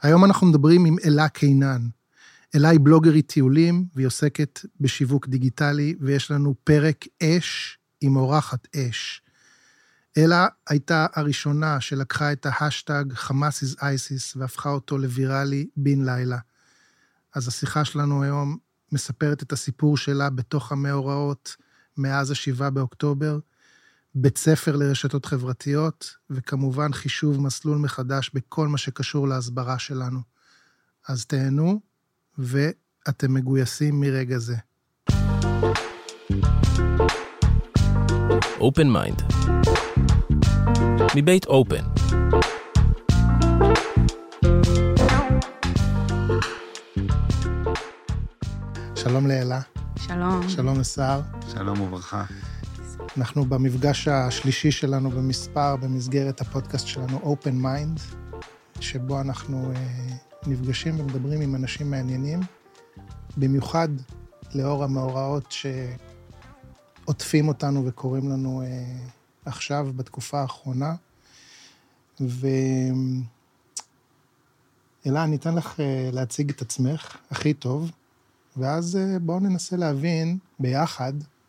היום אנחנו מדברים עם אלה קינן. אלה היא בלוגרית טיולים, והיא עוסקת בשיווק דיגיטלי, ויש לנו פרק אש עם אורחת אש. אלה הייתה הראשונה שלקחה את ההשטג חמאס is ISIS, והפכה אותו לוויראלי בן לילה. אז השיחה שלנו היום מספרת את הסיפור שלה בתוך המאורעות מאז ה7 באוקטובר, בית ספר לרשתות חברתיות, וכמובן חישוב מסלול מחדש בכל מה שקשור להסברה שלנו. אז תהנו, ואתם מגויסים מרגע זה. Open Mind מבית אופן. שלום לאלה. שלום. שלום לשר. שלום וברכה. אנחנו במפגש השלישי שלנו במספר, במסגרת הפודקאסט שלנו Open Mind, שבו אנחנו נפגשים ומדברים עם אנשים מעניינים, במיוחד לאור המאורעות שעוטפים אותנו וקוראים לנו עכשיו, בתקופה האחרונה. ואלה, אני אתן לך להציג את עצמך הכי טוב, ואז בואו ננסה להבין ביחד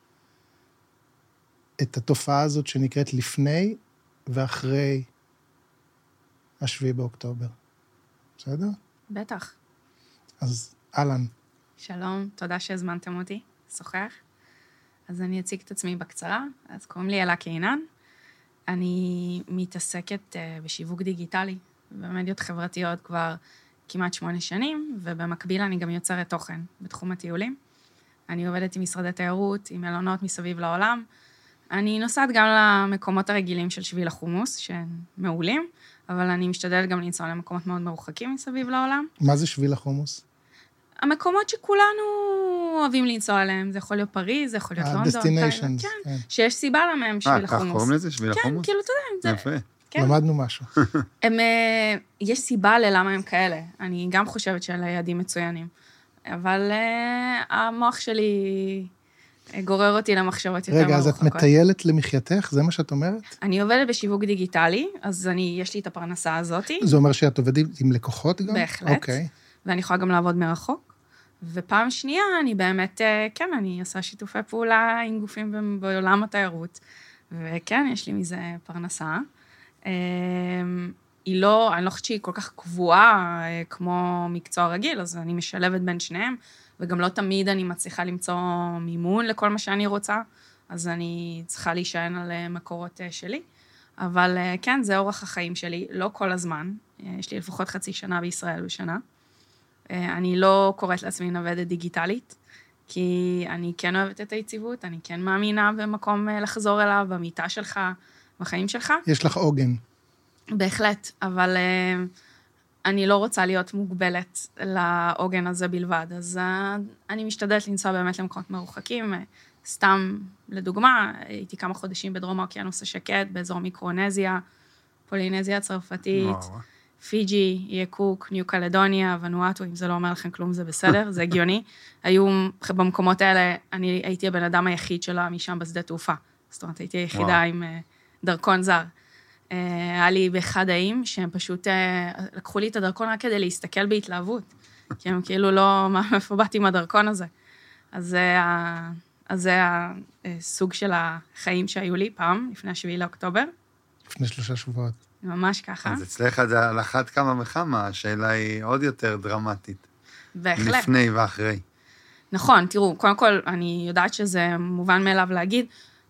את התופעה הזאת שנקראת לפני ואחרי ה7 באוקטובר. בסדר? בטח. אז אהלן. שלום, תודה שהזמנתם אותי, שוחח. אז אני אציג את עצמי בקצרה. אז קוראים לי אלה קינן. אני מתעסקת בשיווק דיגיטלי, במדיות חברתיות כבר כמעט 8 שנים, ובמקביל אני גם יוצרת תוכן בתחום הטיולים. אני עובדת עם משרדי תיירות, עם מלונות מסביב לעולם. אני נוסעת גם למקומות הרגילים של שביל החומוס, שהם מעולים, אבל אני משתדלת גם לנסוע למקומות מאוד מרוחקים מסביב לעולם. מה זה שביל החומוס? המקומות שכולנו אוהבים לנסוע עליהם, זה יכול להיות פריז, זה יכול להיות לונדון. דסטיניישנס. כן, שיש סיבה להם שביל החומוס. כך קוראים לזה, שביל החומוס? כן, כאילו, אתה יודע. יפה. כן. למדנו משהו. יש סיבה ללמה הם כאלה. אני גם חושבת שאלה יעדים מצוינים. אבל המוח שלי גורר אותי למחשבות יותר רגע, אז את מרוחקות. מטיילת למחייתך? זה מה שאת אומרת? אני עובדת בשיווק דיגיטלי, אז יש לי את הפרנסה הזאת. זה אומר שאת עובדת עם לקוחות גם? בהחלט. אוקיי. ואני יכולה גם לעבוד מרחוק. ופעם שנייה, אני באמת, כן, אני עושה שיתופי פעולה עם גופים בעולם התיירות. וכן, יש לי מזה פרנסה. אני לא חושבת שהיא כל כך קבועה כמו מקצוע רגיל, אז אני משלבת בין שניהם, וגם לא תמיד אני מצליחה למצוא מימון לכל מה שאני רוצה, אז אני צריכה להישען על מקורות שלי. אבל כן, זה אורח החיים שלי, לא כל הזמן. יש לי לפחות חצי שנה בישראל בשנה. אני לא קוראת לעצמי נוודת דיגיטלית, כי אני כן אוהבת את היציבות, אני כן מאמינה במקום לחזור אליו, במיטה שלך, בחיים שלך. יש לך עוגן. בהחלט, אבל אני לא רוצה להיות מוגבלת לעוגן הזה בלבד, אז אני משתדלת לנסוע באמת למקומות מרוחקים, סתם לדוגמה, הייתי כמה חודשים בדרום האוקיינוס השקט, באזור מיקרונזיה, פולינזיה הצרפתית, פיג'י, אי קוק, ניו קלדוניה, ונואטו, אם זה לא אומר לכם כלום, זה בסדר, זה הגיוני. היו במקומות האלה, אני הייתי הבן אדם היחיד שלה משם בשדה תעופה. זאת אומרת, הייתי היחידה עם דרכון זר. היה לי באחד האיים, שהם פשוט לקחו לי את הדרכון רק כדי להסתכל בהתלהבות, כי הם כאילו לא, מאיפה באתי עם הדרכון הזה. אז זה הסוג של החיים שהיו לי פעם, לפני 7 לאוקטובר. לפני 3 שבועות. ממש ככה. אז אצלך זה על אחת כמה וכמה, השאלה היא עוד יותר דרמטית. בהחלט. לפני ואחרי. נכון, תראו, קודם כל, אני יודעת שזה מובן מאליו להגיד,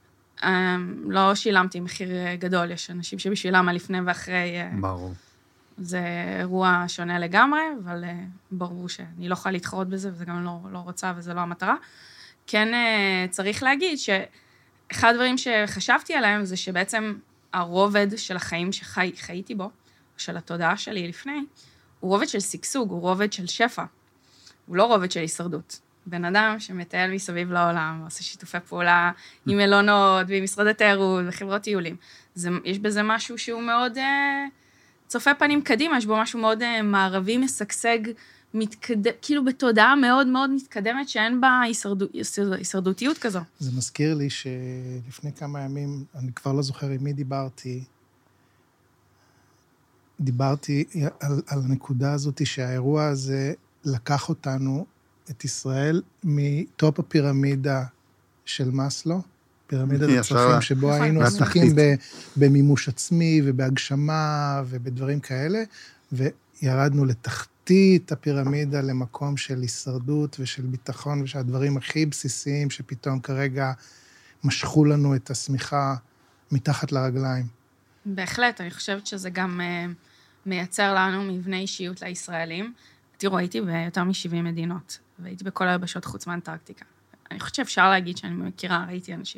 לא שילמתי מחיר גדול, יש אנשים שבשבילם הלפני ואחרי... ברור. זה אירוע שונה לגמרי, אבל ברור שאני לא יכולה להתחרות בזה, וזה גם לא רוצה, וזה לא המטרה. כן צריך להגיד שאחד הדברים שחשבתי עליהם, זה שבעצם הרובד של החיים שחייתי בו, של התודעה שלי לפני, הוא רובד של סגסוג, הוא רובד של שפע. הוא לא רובד של הישרדות. בן אדם שמטייל מסביב לעולם, עושה שיתופי פעולה עם מלונות, ועם משרדי תיירות, וחברות טיולים. יש בזה משהו שהוא מאוד צופה פנים קדימה, יש בו משהו מאוד מערבי, משגשג, כאילו בתודעה מאוד מאוד מתקדמת, שאין בה הישרדותיות כזו. זה מזכיר לי שלפני כמה ימים, אני כבר לא זוכר עם מי דיברתי, דיברתי על הנקודה הזאת שהאירוע הזה לקח אותנו, את ישראל, מטופ הפירמידה של מאסלו, פירמידת הצרכים, שבו היינו עסוקים במימוש עצמי ובהגשמה ובדברים כאלה, וירדנו לתחתית הפירמידה למקום של הישרדות ושל ביטחון, ושהדברים הכי בסיסיים שפתאום כרגע משכו לנו את השמיכה מתחת לרגליים. בהחלט, אני חושבת שזה גם מייצר לנו מבנה אישיות לישראלים. תראו, הייתי ביותר מ-70 מדינות, והייתי בכל היבשות חוץ מאנטרקטיקה. אני חושבת שאפשר להגיד שאני מכירה, ראיתי אנשים.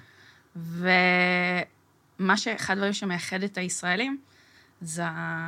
אחד הדברים שמייחד את הישראלים, זה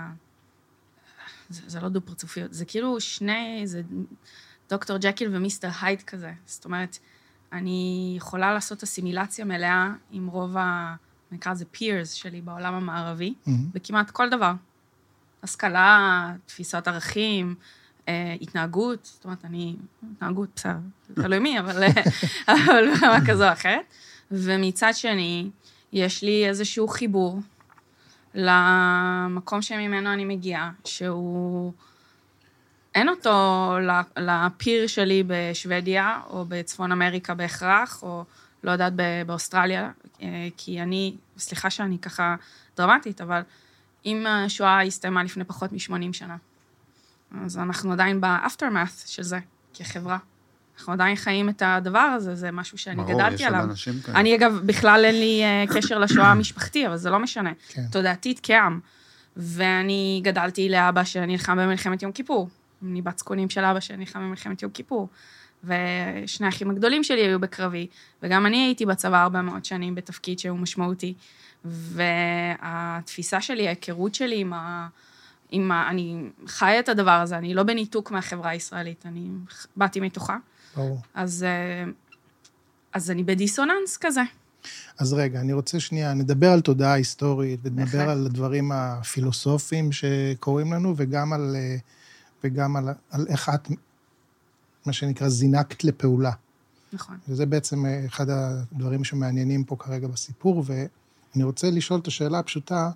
לא דו-פרצופיות, זה כאילו זה דוקטור ג'קיל ומיסטר הייד כזה. זאת אומרת, אני יכולה לעשות אסימילציה מלאה עם רוב נקרא לזה peers שלי בעולם המערבי, וכמעט כל דבר. השכלה, תפיסת ערכים, התנהגות, זאת אומרת, התנהגות, בסדר, תלוי מי, אבל ברמה כזו או אחרת. ומצד שני, יש לי איזשהו חיבור למקום שממנו אני מגיעה, שהוא, אין אותו לפיר שלי בשוודיה, או בצפון אמריקה בהכרח, או לא יודעת באוסטרליה, כי סליחה שאני ככה דרמטית, אבל אם השואה הסתיימה לפני פחות מ-80 שנה, אז אנחנו עדיין באפטרמאת' של זה, כחברה. אנחנו עדיין חיים את הדבר הזה, זה משהו שאני גדלתי עליו. אני אגב, בכלל אין לי קשר לשואה המשפחתי, אבל זה לא משנה. תודעתית כעם. ואני גדלתי לאבא שנלחם במלחמת יום כיפור. אני בת זקונים של אבא שנלחם במלחמת יום כיפור. ושני האחים הגדולים שלי היו בקרבי, וגם אני הייתי בצבא 400 שנים בתפקיד שהוא משמעותי. והתפיסה שלי, ההיכרות שלי אני חיה את הדבר הזה, אני לא בניתוק מהחברה הישראלית, אני באתי מתוכה. אז אני בדיסוננס כזה. אז רגע, אני רוצה שנייה, נדבר על תודעה היסטורית, ונדבר על הדברים הפילוסופיים שקורים לנו, וגם על איך את, מה שנקרא, זינקת לפעולה. נכון. וזה בעצם אחד הדברים שמעניינים פה כרגע בסיפור, ואני רוצה לשאול את השאלה הפשוטה,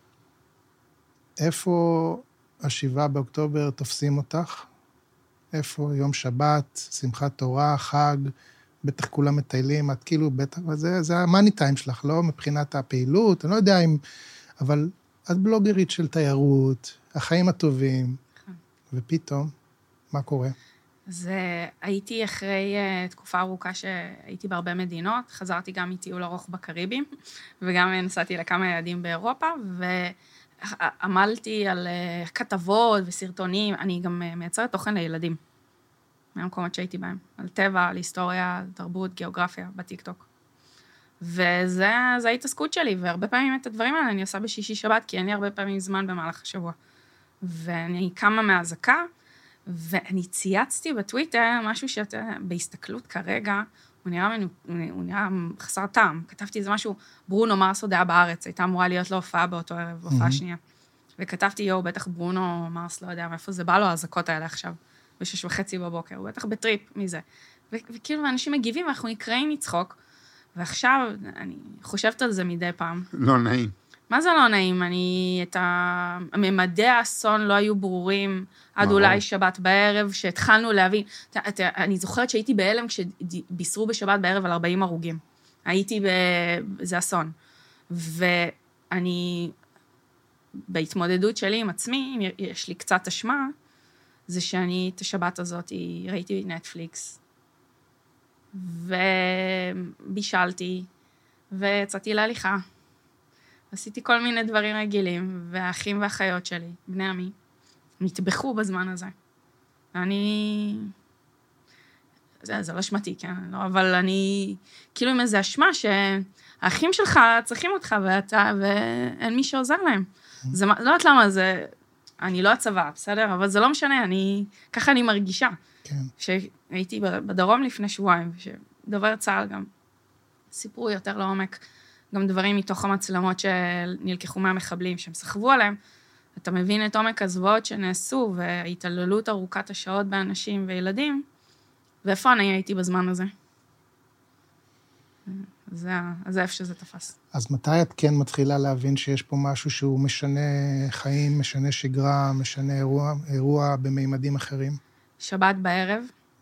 איפה 7 באוקטובר תופסים אותך? איפה יום שבת, שמחת תורה, חג, בטח כולם מטיילים, את כאילו בטח, זה המאני טיים שלך, לא מבחינת הפעילות, אני לא יודע אם, אבל את בלוגרית של תיירות, החיים הטובים, ופתאום, מה קורה? אז הייתי אחרי תקופה ארוכה שהייתי בהרבה מדינות, חזרתי גם מטיול ארוך בקריבים, וגם נסעתי לכמה ילדים באירופה, ועמלתי על כתבות וסרטונים, אני גם מייצרת תוכן לילדים, מהמקומות שהייתי בהם, על טבע, על היסטוריה, על תרבות, גיאוגרפיה, בטיקטוק. וזה ההתעסקות שלי, והרבה פעמים את הדברים האלה אני עושה בשישי שבת, כי אין לי הרבה פעמים זמן במהלך השבוע. ואני קמה מהזקה, ואני צייצתי בטוויטר משהו בהסתכלות כרגע, הוא נראה חסר טעם. כתבתי איזה משהו, ברונו מרס עוד היה בארץ, הייתה אמורה להיות לו הופעה באותו ערב, הופעה שנייה. וכתבתי, בטח ברונו מרס, לא יודע מאיפה זה בא לו, ההזקות האלה עכשיו, ב6:30 בבוקר, הוא בטח בטריפ מזה. וכאילו, אנשים מגיבים, ואנחנו נקראים מצחוק, ועכשיו, אני חושבת על זה מדי פעם. לא נעים. מה זה לא נעים? ממדי האסון לא היו ברורים עד אולי שבת בערב, שהתחלנו להבין, אני זוכרת שהייתי בהלם כשבישרו בשבת בערב על 40 הרוגים. הייתי זה אסון. ואני, בהתמודדות שלי עם עצמי, יש לי קצת אשמה, זה שאני את השבת הזאת ראיתי נטפליקס, ובישלתי, ויצאתי להליכה. עשיתי כל מיני דברים רגילים, והאחים והאחיות שלי, בני עמי, נטבחו בזמן הזה. זה לא אשמתי, כן? לא, אבל אני, כאילו עם איזו אשמה שהאחים שלך צריכים אותך, ואין מי שעוזר להם. זה, לא יודעת למה, אני לא הצבא, בסדר? אבל זה לא משנה, ככה אני מרגישה. כן. שהייתי בדרום לפני שבועיים, שדובר צה"ל גם סיפרו יותר לעומק, גם דברים מתוך המצלמות שנלקחו מהמחבלים, שהם סחבו עליהם, אתה מבין את עומק הזוועות שנעשו, וההתעללות ארוכת השעות באנשים וילדים, ואיפה אני הייתי בזמן הזה? זה איפה שזה תפס. אז מתי את כן מתחילה להבין שיש פה משהו שהוא משנה חיים, משנה שגרה, משנה אירוע בממדים אחרים? שבת בערב,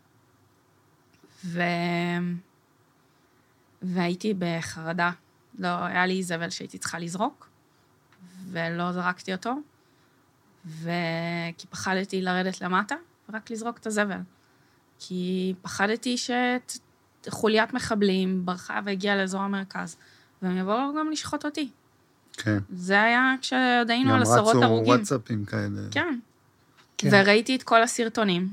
והייתי בחרדה. לא, היה לי זבל שהייתי צריכה לזרוק, ולא זרקתי אותו, כי פחדתי לרדת למטה, ורק לזרוק את הזבל. כי פחדתי שחוליית מחבלים ברחה והגיעה לאזור המרכז, והם יבואו גם לשחוט אותי. כן. זה היה כשעוד היינו על עשרות הרוגים. גם רצו וואטסאפים כאלה. כן. וראיתי את כל הסרטונים.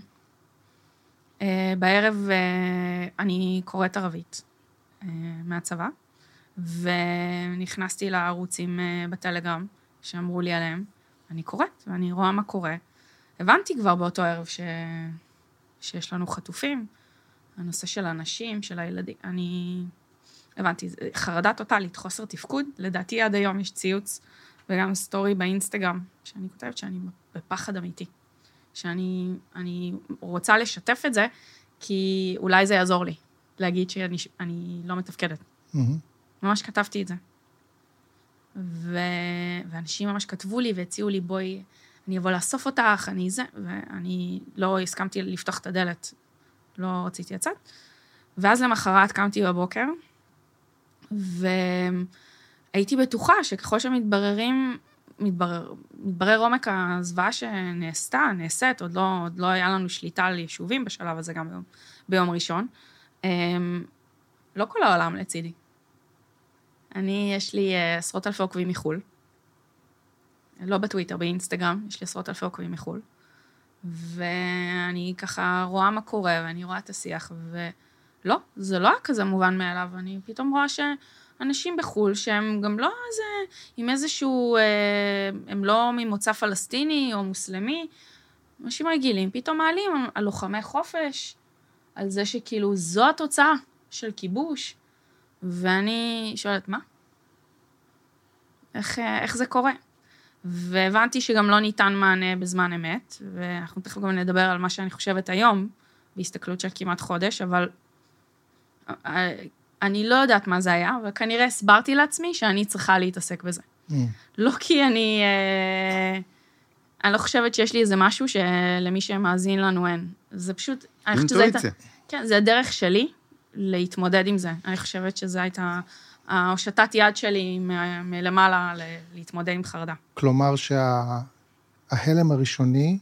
בערב אני קוראת ערבית מהצבא, ונכנסתי לערוצים בטלגרם, שאמרו לי עליהם. אני קוראת, ואני רואה מה קורה. הבנתי כבר באותו ערב שיש לנו חטופים, הנושא של הנשים, של הילדים. אני הבנתי, חרדה טוטלית, חוסר תפקוד. לדעתי עד היום יש ציוץ, וגם סטורי באינסטגרם, שאני כותבת שאני בפחד אמיתי. שאני רוצה לשתף את זה, כי אולי זה יעזור לי, להגיד שאני לא מתפקדת. ממש כתבתי את זה. ואנשים ממש כתבו לי והציעו לי, בואי, אני אבוא לאסוף אותך, ואני לא הסכמתי לפתוח את הדלת, לא רציתי לצאת. ואז למחרת קמתי בבוקר, והייתי בטוחה שככל מתברר עומק הזוועה נעשית, עוד לא היה לנו שליטה על יישובים בשלב הזה, גם ביום ראשון. לא כל העולם לצידי. יש לי עשרות אלפי עוקבים מחול. לא בטוויטר, באינסטגרם, יש לי עשרות אלפי עוקבים מחול. ואני ככה רואה מה קורה, ואני רואה את השיח, ולא, זה לא היה כזה מובן מאליו. אני פתאום רואה אנשים בחול, שהם גם לא עם איזשהו, הם לא ממוצא פלסטיני או מוסלמי, אנשים רגילים, פתאום מעלים על לוחמי חופש, על זה שכאילו זו התוצאה של כיבוש, ואני שואלת, מה? איך זה קורה? והבנתי שגם לא ניתן מענה בזמן אמת, ואנחנו תכף גם נדבר על מה שאני חושבת היום, בהסתכלות של כמעט חודש, אבל אני לא יודעת מה זה היה, וכנראה הסברתי לעצמי שאני צריכה להתעסק בזה. לא כי אני לא חושבת שיש לי איזה משהו שלמי שמאזין לנו אין. זה פשוט, אינטואיציה. כן, זה הדרך שלי להתמודד עם זה. אני חושבת שזו הייתה ההושטת יד שלי מלמעלה להתמודד עם חרדה. כלומר שההלם הראשוני,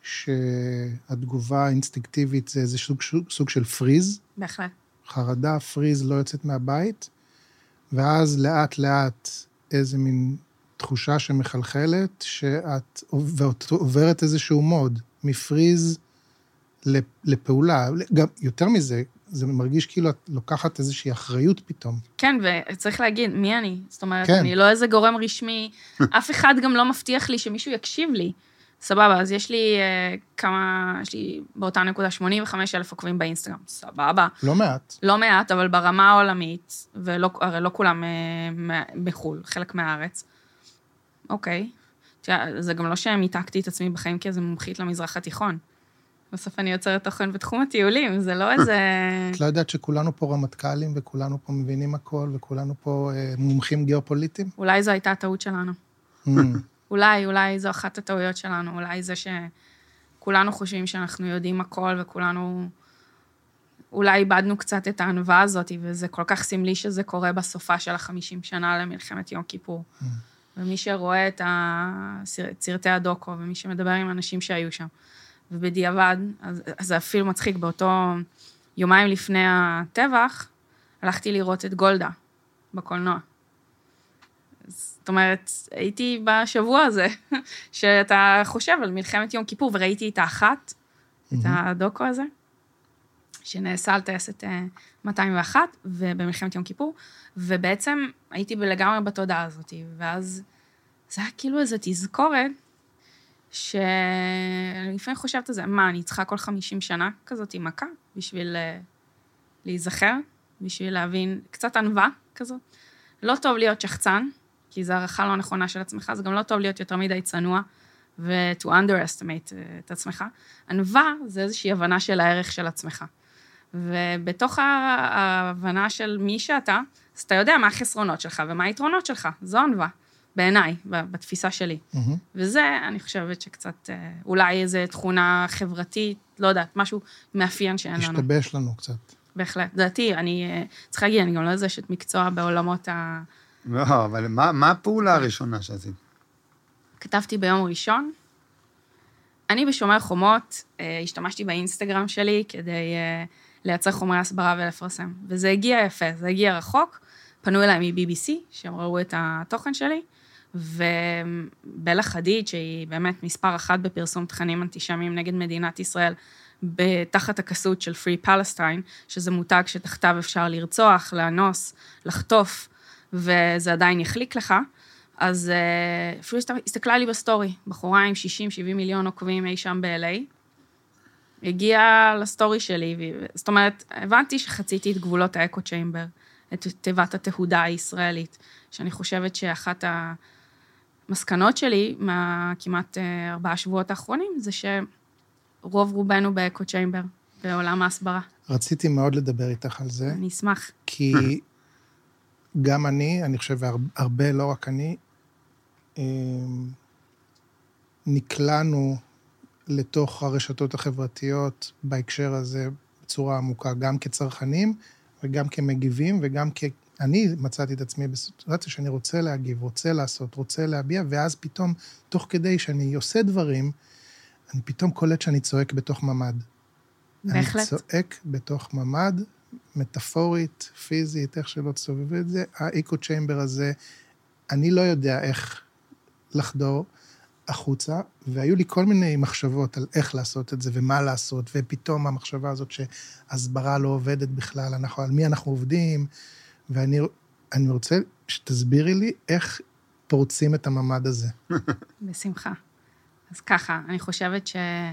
שהתגובה האינסטינקטיבית זה איזה סוג של פריז. בהחלט. חרדה, פריז, לא יוצאת מהבית, ואז לאט לאט איזה מין תחושה שמחלחלת, שאת עוברת איזשהו מוד, מפריז לפעולה. גם יותר מזה, זה מרגיש כאילו את לוקחת איזושהי אחריות פתאום. כן, וצריך להגיד, מי אני? זאת אומרת, כן. אני לא איזה גורם רשמי, אף אחד גם לא מבטיח לי שמישהו יקשיב לי. סבבה, אז יש לי יש לי באותה נקודה 85,000 עוקבים באינסטגרם, סבבה. לא מעט. לא מעט, אבל ברמה העולמית, הרי לא כולם בחול, חלק מהארץ. אוקיי. זה גם לא שהמיתקתי את עצמי בחיים, כי זה מומחית למזרח התיכון. בסוף אני יוצרת תוכן בתחום הטיולים, זה לא איזה... את לא יודעת שכולנו פה רמטכ"לים, וכולנו פה מבינים הכל, וכולנו פה מומחים גיאופוליטיים? אולי זו הייתה הטעות שלנו. אולי זו אחת הטעויות שלנו, אולי זה שכולנו חושבים שאנחנו יודעים הכל, וכולנו, אולי איבדנו קצת את הענווה הזאת, וזה כל כך סמלי שזה קורה בסופה של 50 שנה למלחמת יום כיפור. ומי שרואה את סרטי הדוקו, ומי שמדבר עם אנשים שהיו שם, ובדיעבד, אז זה אפילו מצחיק, באותו יומיים לפני הטבח, הלכתי לראות את גולדה בקולנוע. זאת אומרת, הייתי בשבוע הזה, שאתה חושב על מלחמת יום כיפור, וראיתי את האחת, את הדוקו הזה, שנעשה על טייסת 201, ובמלחמת יום כיפור, ובעצם הייתי לגמרי בתודעה הזאת, ואז זה היה כאילו איזו תזכורת, שאני לפעמים חושבת על זה, מה, אני צריכה כל 50 שנה כזאת עם מכה, בשביל להיזכר, בשביל להבין קצת ענווה כזאת. לא טוב להיות שחצן, כי זו הערכה לא נכונה של עצמך, זה גם לא טוב להיות יותר מדי צנוע, ו-to underestimate את עצמך. ענווה זה איזושהי הבנה של הערך של עצמך. ובתוך ההבנה של מי שאתה, אז אתה יודע מה החסרונות שלך ומה היתרונות שלך. זו ענווה, בעיניי, בתפיסה שלי. וזה, אני חושבת שקצת, אולי איזו תכונה חברתית, לא יודעת, משהו מאפיין שאין לנו. השתבש לנו קצת. בהחלט. דעתי, אני צריכה להגיד, אני גם לא יודע שאת מקצוע בעולמות ה... לא, אבל מה הפעולה הראשונה שעשית? כתבתי ביום ראשון. אני בשומר חומות, השתמשתי באינסטגרם שלי כדי לייצר חומרי הסברה ולפרסם. וזה הגיע יפה, זה הגיע רחוק. פנו אליי מ-BBC, שהם ראו את התוכן שלי, ובלה חדיד, שהיא באמת מספר אחת בפרסום תכנים אנטישמיים נגד מדינת ישראל, בתחת הכסות של Free Palestine, שזה מותג שתחתיו אפשר לרצוח, לאנוס, לחטוף, וזה עדיין יחליק לך, אז אפילו הסתכלה לי בסטורי, בחורה עם 60-70 מיליון עוקבים אי שם ב-LA, הגיעה לסטורי שלי, זאת אומרת, הבנתי שחציתי את גבולות האקו צ'יימבר, את תיבת התהודה הישראלית, שאני חושבת שאחת המסקנות שלי, מהכמעט 4 שבועות האחרונים, זה שרוב רובנו באקו צ'יימבר, בעולם ההסברה. רציתי מאוד לדבר איתך על זה. אני אשמח. כי גם אני חושב, הרבה, לא רק אני, נקלענו לתוך הרשתות החברתיות בהקשר הזה בצורה עמוקה, גם כצרכנים וגם כמגיבים, וגם אני מצאתי את עצמי בסיטואציה שאני רוצה להגיב, רוצה לעשות, רוצה להביע, ואז פתאום, תוך כדי שאני עושה דברים, אני פתאום קולט שאני צועק בתוך ממד. בהחלט. אני צועק בתוך ממד, מטאפורית, פיזית, איך שלא תסובב את זה, האיקו צ'יימבר הזה, אני לא יודע איך לחדור החוצה, והיו לי כל מיני מחשבות על איך לעשות את זה ומה לעשות, ופתאום המחשבה הזאת שהסברה לא עובדת בכלל, על מי אנחנו עובדים, ואני רוצה שתסבירי לי איך פורצים את הממד הזה. בשמחה. אז ככה, אני חושבת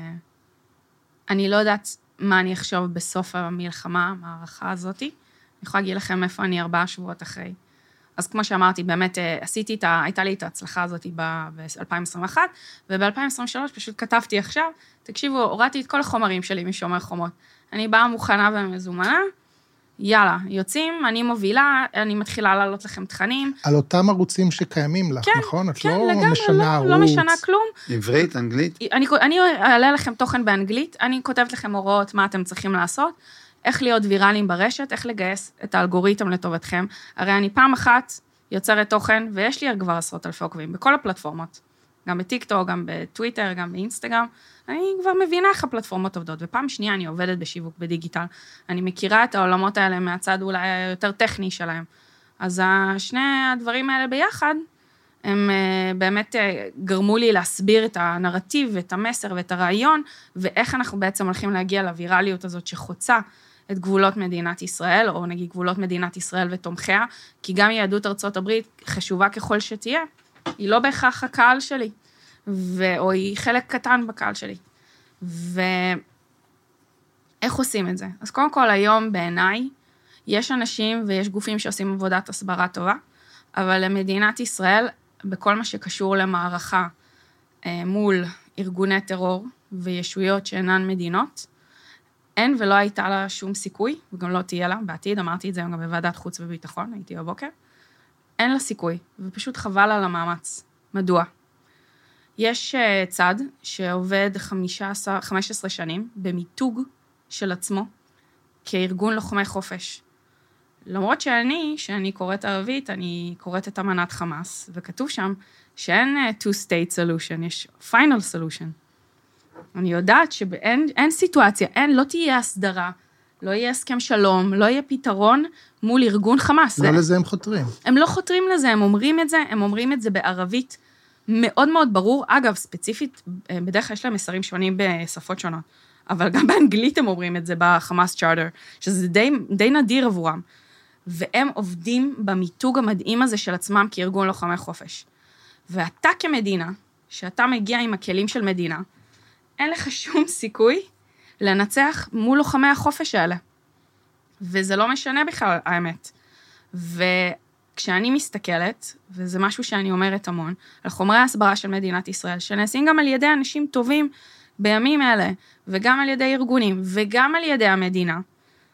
אני לא יודעת מה אני אחשוב בסוף המלחמה, המערכה הזאת. אני יכולה להגיד לכם איפה אני 4 שבועות אחרי. אז כמו שאמרתי, באמת הייתה לי את ההצלחה הזאת ב-2021, וב-2023 פשוט כתבתי עכשיו, תקשיבו, הורדתי את כל החומרים שלי משומר חומות. אני באה מוכנה ומזומנה, יאללה, יוצאים, אני מובילה, אני מתחילה לעלות לכם תכנים. על אותם ערוצים שקיימים לך, נכון? את לא משנה ערוץ. לא משנה כלום. עברית, אנגלית? אני אעלה לכם תוכן באנגלית, אני כותבת לכם הוראות מה אתם צריכים לעשות, איך להיות ויראליים ברשת, איך לגייס את האלגוריתם לטובתכם. הרי אני פעם אחת יוצרת תוכן, ויש לי כבר 10,000 עוקבים, בכל הפלטפורמות. גם בטיקטוק, גם בטוויטר, גם באינסטגרם. אני כבר מבינה איך הפלטפורמות עובדות, ופעם שנייה אני עובדת בשיווק בדיגיטל. אני מכירה את העולמות האלה מהצד אולי היותר טכני שלהם. אז שני הדברים האלה ביחד, הם באמת גרמו לי להסביר את הנרטיב, ואת המסר, ואת הרעיון, ואיך אנחנו בעצם הולכים להגיע לווירליות הזאת שחוצה את גבולות מדינת ישראל, או נגיד גבולות מדינת ישראל ותומכיה, כי גם יהדות ארצות הברית, חשובה ככל שתהיה, היא לא בהכרח הקהל שלי, או היא חלק קטן בקהל שלי. ואיך עושים את זה? אז קודם כל, היום בעיניי, יש אנשים ויש גופים שעושים עבודת הסברה טובה, אבל למדינת ישראל, בכל מה שקשור למערכה מול ארגוני טרור וישויות שאינן מדינות, אין ולא הייתה לה שום סיכוי, וגם לא תהיה לה בעתיד, אמרתי את זה גם בוועדת חוץ וביטחון, הייתי בבוקר, אין לה סיכוי, ופשוט חבל על המאמץ. מדוע? יש צד שעובד 15 שנים במיתוג של עצמו, כארגון לוחמי חופש. למרות שאני קוראת ערבית, אני קוראת את אמנת חמאס, וכתוב שם שאין two-state solution, יש final solution. אני יודעת שאין סיטואציה, לא תהיה הסדרה, לא יהיה הסכם שלום, לא יהיה פתרון מול ארגון חמאס. לא לזה הם חותרים. הם לא חותרים לזה, הם אומרים את זה בערבית מאוד מאוד ברור. אגב, ספציפית, בדרך כלל יש להם מסרים שונים בשפות שונות, אבל גם באנגלית הם אומרים את זה בחמאס צ'ארטר, שזה די נדיר עבורם. והם עובדים במיתוג המדהים הזה של עצמם כארגון לוחמי חופש. ואתה כמדינה, שאתה מגיע עם הכלים של מדינה, אין לך שום סיכוי לנצח מול לוחמי החופש האלה. וזה לא משנה בכלל, האמת. וכשאני מסתכלת, וזה משהו שאני אומרת המון, על חומרי ההסברה של מדינת ישראל, שנעשים גם על ידי אנשים טובים בימים אלה, וגם על ידי ארגונים, וגם על ידי המדינה,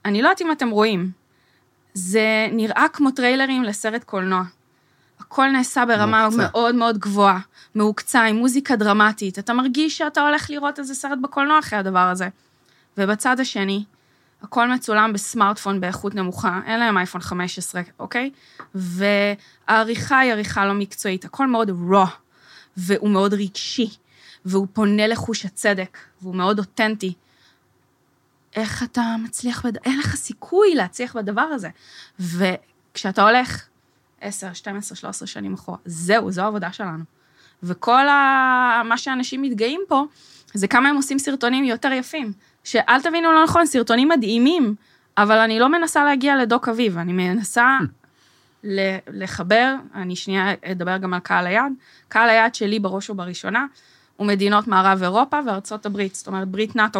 אני לא יודעת אם אתם רואים, זה נראה כמו טריילרים לסרט קולנוע. הכל נעשה ברמה מאוד מאוד גבוהה, מהוקצה, עם מוזיקה דרמטית. אתה מרגיש שאתה הולך לראות איזה סרט בקולנוע אחרי הדבר הזה. ובצד השני, הכל מצולם בסמארטפון באיכות נמוכה, אין להם אייפון 15, אוקיי? והעריכה היא עריכה לא מקצועית, הכל מאוד raw, והוא מאוד רגשי, והוא פונה לחוש הצדק, והוא מאוד אותנטי. איך אתה מצליח, אין לך סיכוי להצליח בדבר הזה. וכשאתה הולך 10, 12, 13 שנים אחורה, זו העבודה שלנו. וכל מה שאנשים מתגאים פה, זה כמה הם עושים סרטונים יותר יפים. שאל תבינו לא נכון, סרטונים מדהימים, אבל אני לא מנסה להגיע לדוק אביב, אני מנסה לחבר, אני שנייה אדבר גם על קהל היעד, קהל היעד שלי בראש ובראשונה, הוא מדינות מערב אירופה וארצות הברית, זאת אומרת ברית נאטו.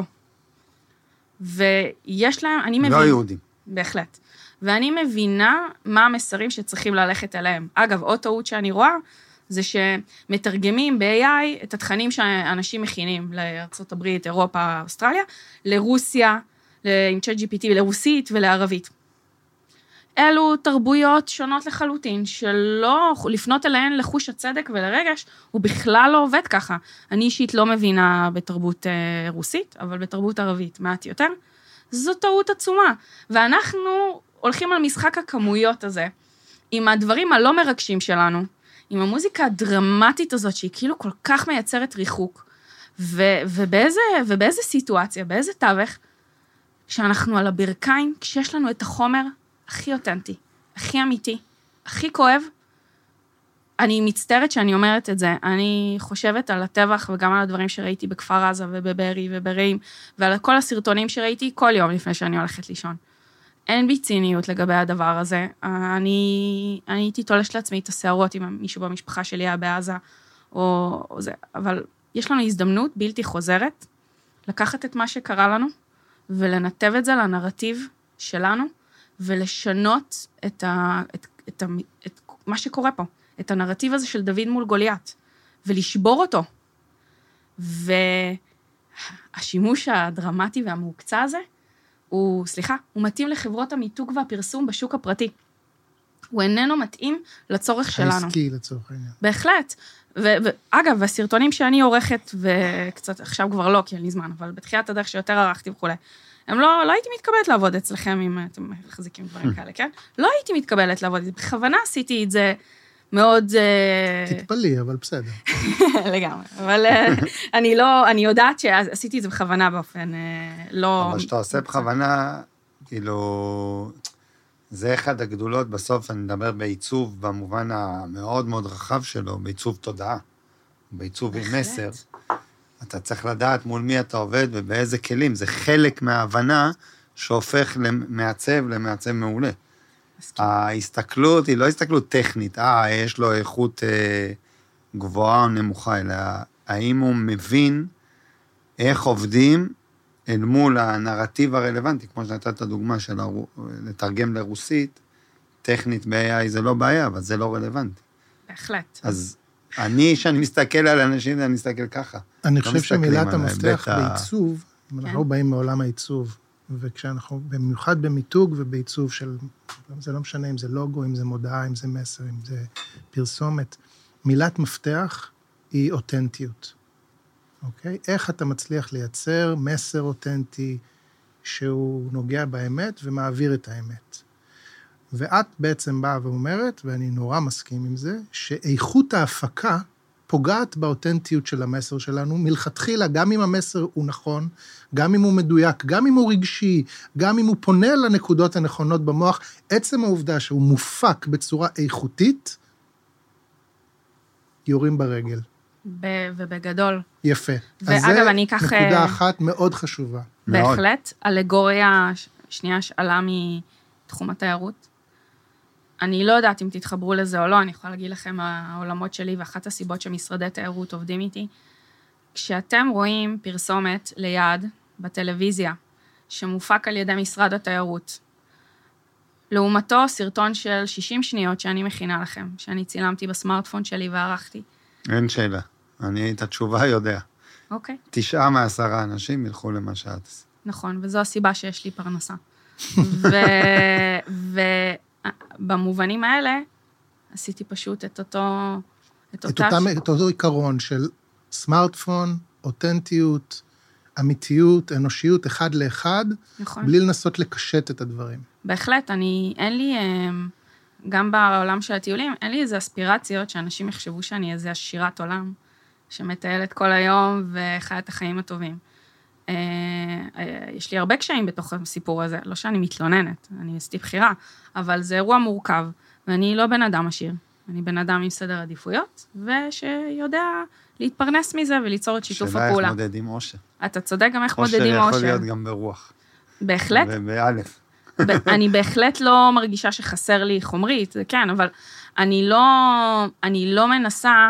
ויש להם, אני מבינה... לא יהודים. בהחלט. ואני מבינה מה המסרים שצריכים ללכת אליהם. אגב, עוד טעות שאני רואה, זה שמתרגמים ב-AI את התכנים שאנשים מכינים לארצות הברית, אירופה, אוסטרליה, לרוסיה, עם ChatGPT, לרוסית ולערבית. אלו תרבויות שונות לחלוטין, שלא לפנות אליהן לחוש הצדק ולרגש, הוא בכלל לא עובד ככה. אני אישית לא מבינה בתרבות רוסית, אבל בתרבות ערבית מעט יותר. זו טעות עצומה. ואנחנו הולכים על משחק הכמויות הזה, עם הדברים הלא מרגשים שלנו, עם המוזיקה הדרמטית הזאת, שהיא כאילו כל כך מייצרת ריחוק, ובאיזה סיטואציה, באיזה תווך, כשאנחנו על הברכיים, כשיש לנו את החומר הכי אותנטי, הכי אמיתי, הכי כואב, אני מצטערת שאני אומרת את זה, אני חושבת על הטבח וגם על הדברים שראיתי בכפר עזה ובברי וברעים, ועל כל הסרטונים שראיתי כל יום לפני שאני הולכת לישון. אין בי ציניות לגבי הדבר הזה, אני הייתי תולשת לעצמי את השערות אם מישהו במשפחה שלי היה בעזה, או זה, אבל יש לנו הזדמנות בלתי חוזרת, לקחת את מה שקרה לנו, ולנתב את זה לנרטיב שלנו, ולשנות את מה שקורה פה, את הנרטיב הזה של דוד מול גוליית, ולשבור אותו. והשימוש הדרמטי והמוקצע הזה, הוא מתאים לחברות המיתוג והפרסום בשוק הפרטי. הוא איננו מתאים לצורך שלנו. העסקי לצורך העניין. בהחלט. ואגב, הסרטונים שאני עורכת, וקצת עכשיו כבר לא, כי אין לי זמן, אבל בתחילת הדרך שיותר ערכתי וכו', לא הייתי מתקבלת לעבוד אצלכם, אם אתם מחזיקים דברים כאלה, כן? לא הייתי מתקבלת לעבוד, בכוונה עשיתי את זה מאוד... תתפלאי, אבל בסדר. לגמרי, אבל אני יודעת שעשיתי את זה בכוונה באופן לא... אבל שאתה עושה בכוונה, כאילו, זה אחד הגדולות, בסוף אני מדבר בעיצוב, במובן המאוד מאוד רחב שלו, בעיצוב תודעה, בעיצוב עם מסר. אתה צריך לדעת מול מי אתה עובד ובאיזה כלים, זה חלק מההבנה שהופך למעצב מעולה. ההסתכלות היא לא הסתכלות טכנית, יש לו איכות גבוהה או נמוכה, אלא האם הוא מבין איך עובדים אל מול הנרטיב הרלוונטי, כמו שנתת הדוגמה של לתרגם לרוסית, טכנית ב-AI זה לא בעיה, אבל זה לא רלוונטי. בהחלט. אז שאני מסתכל על אנשים, אני מסתכל ככה. אני חושב שמילת המפתח בעיצוב, אם אנחנו באים מעולם העיצוב, וכשאנחנו, במיוחד במיתוג ובעיצוב של, זה לא משנה אם זה לוגו, אם זה מודעה, אם זה מסר, אם זה פרסומת, מילת מפתח היא אותנטיות. אוקיי? איך אתה מצליח לייצר מסר אותנטי שהוא נוגע באמת ומעביר את האמת. ואת בעצם באה ואומרת, ואני נורא מסכים עם זה, שאיכות ההפקה פוגעת באותנטיות של המסר שלנו, מלכתחילה, גם אם המסר הוא נכון, גם אם הוא מדויק, גם אם הוא רגשי, גם אם הוא פונה לנקודות הנכונות במוח, עצם העובדה שהוא מופק בצורה איכותית, יורים ברגל. ובגדול. יפה. ואגב, אני אקח... נקודה אחת מאוד חשובה. בהחלט, אלגוריה שנייה שעלה מתחום התיירות. אני לא יודעת אם תתחברו לזה או לא, אני יכולה להגיד לכם העולמות שלי, ואחת הסיבות שמשרדי תיירות עובדים איתי. כשאתם רואים פרסומת ליד בטלוויזיה, שמופק על ידי משרד התיירות, לעומתו סרטון של 60 שניות שאני מכינה לכם, שאני צילמתי בסמארטפון שלי וערכתי. אין שאלה. אני את התשובה יודע. אוקיי. 9 מ-10 אנשים ילכו למה שאת. נכון, וזו הסיבה שיש לי פרנסה. ובמובנים האלה, עשיתי פשוט את אותו עיקרון של סמארטפון, אותנטיות, אמיתיות, אנושיות, אחד לאחד, נכון. בלי לנסות לקשט את הדברים. בהחלט, אין לי, גם בעולם של הטיולים, אין לי איזה אספירציות שאנשים יחשבו שאני איזה עשירת עולם, שמטיילת כל היום וחיה את החיים הטובים. יש לי הרבה קשיים בתוך הסיפור הזה, לא שאני מתלוננת, אני עשיתי בחירה, אבל זה אירוע מורכב, ואני לא בן אדם עשיר, אני בן אדם עם סדר עדיפויות, ושיודע להתפרנס מזה וליצור את שיתוף הפעולה. שאלה איך מודד עם אושר. אתה צודק גם איך מודדים עם אושר אושר. יכול להיות גם ברוח. בהחלט. ובאלף. אני בהחלט לא מרגישה שחסר לי חומרית, זה כן, אבל אני לא מנסה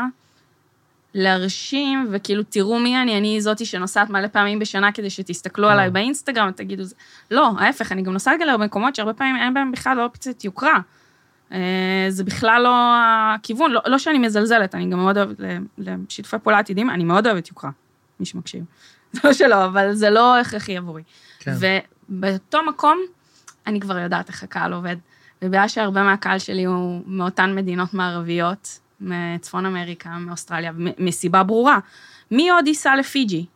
להרשים, וכאילו תראו מי אני זאתי שנוסעת מלא פעמים בשנה, כדי שתסתכלו עליי באינסטגרם, ותגידו, לא, ההפך, אני גם נוסעת גלר במקומות שהרבה פעמים אין בהם בכלל לא אופציית יוקרה. זה בכלל לא הכיוון, לא שאני מזלזלת, אני גם מאוד אוהבת לשיתופי פעולה עתידים, אני מאוד אוהבת יוקרה, מי שמקשיב. זה לא שלא, אבל זה לא הכרחי עבורי. ובאותו מקום, אני כבר יודעת איך הקהל עובד, ובגלל שהרבה מהקהל שלי הוא מאותן מדינות מערביות, מצפון אמריקה, מאוסטרליה, מסיבה ברורה. מי עוד ייסע לפיג'י?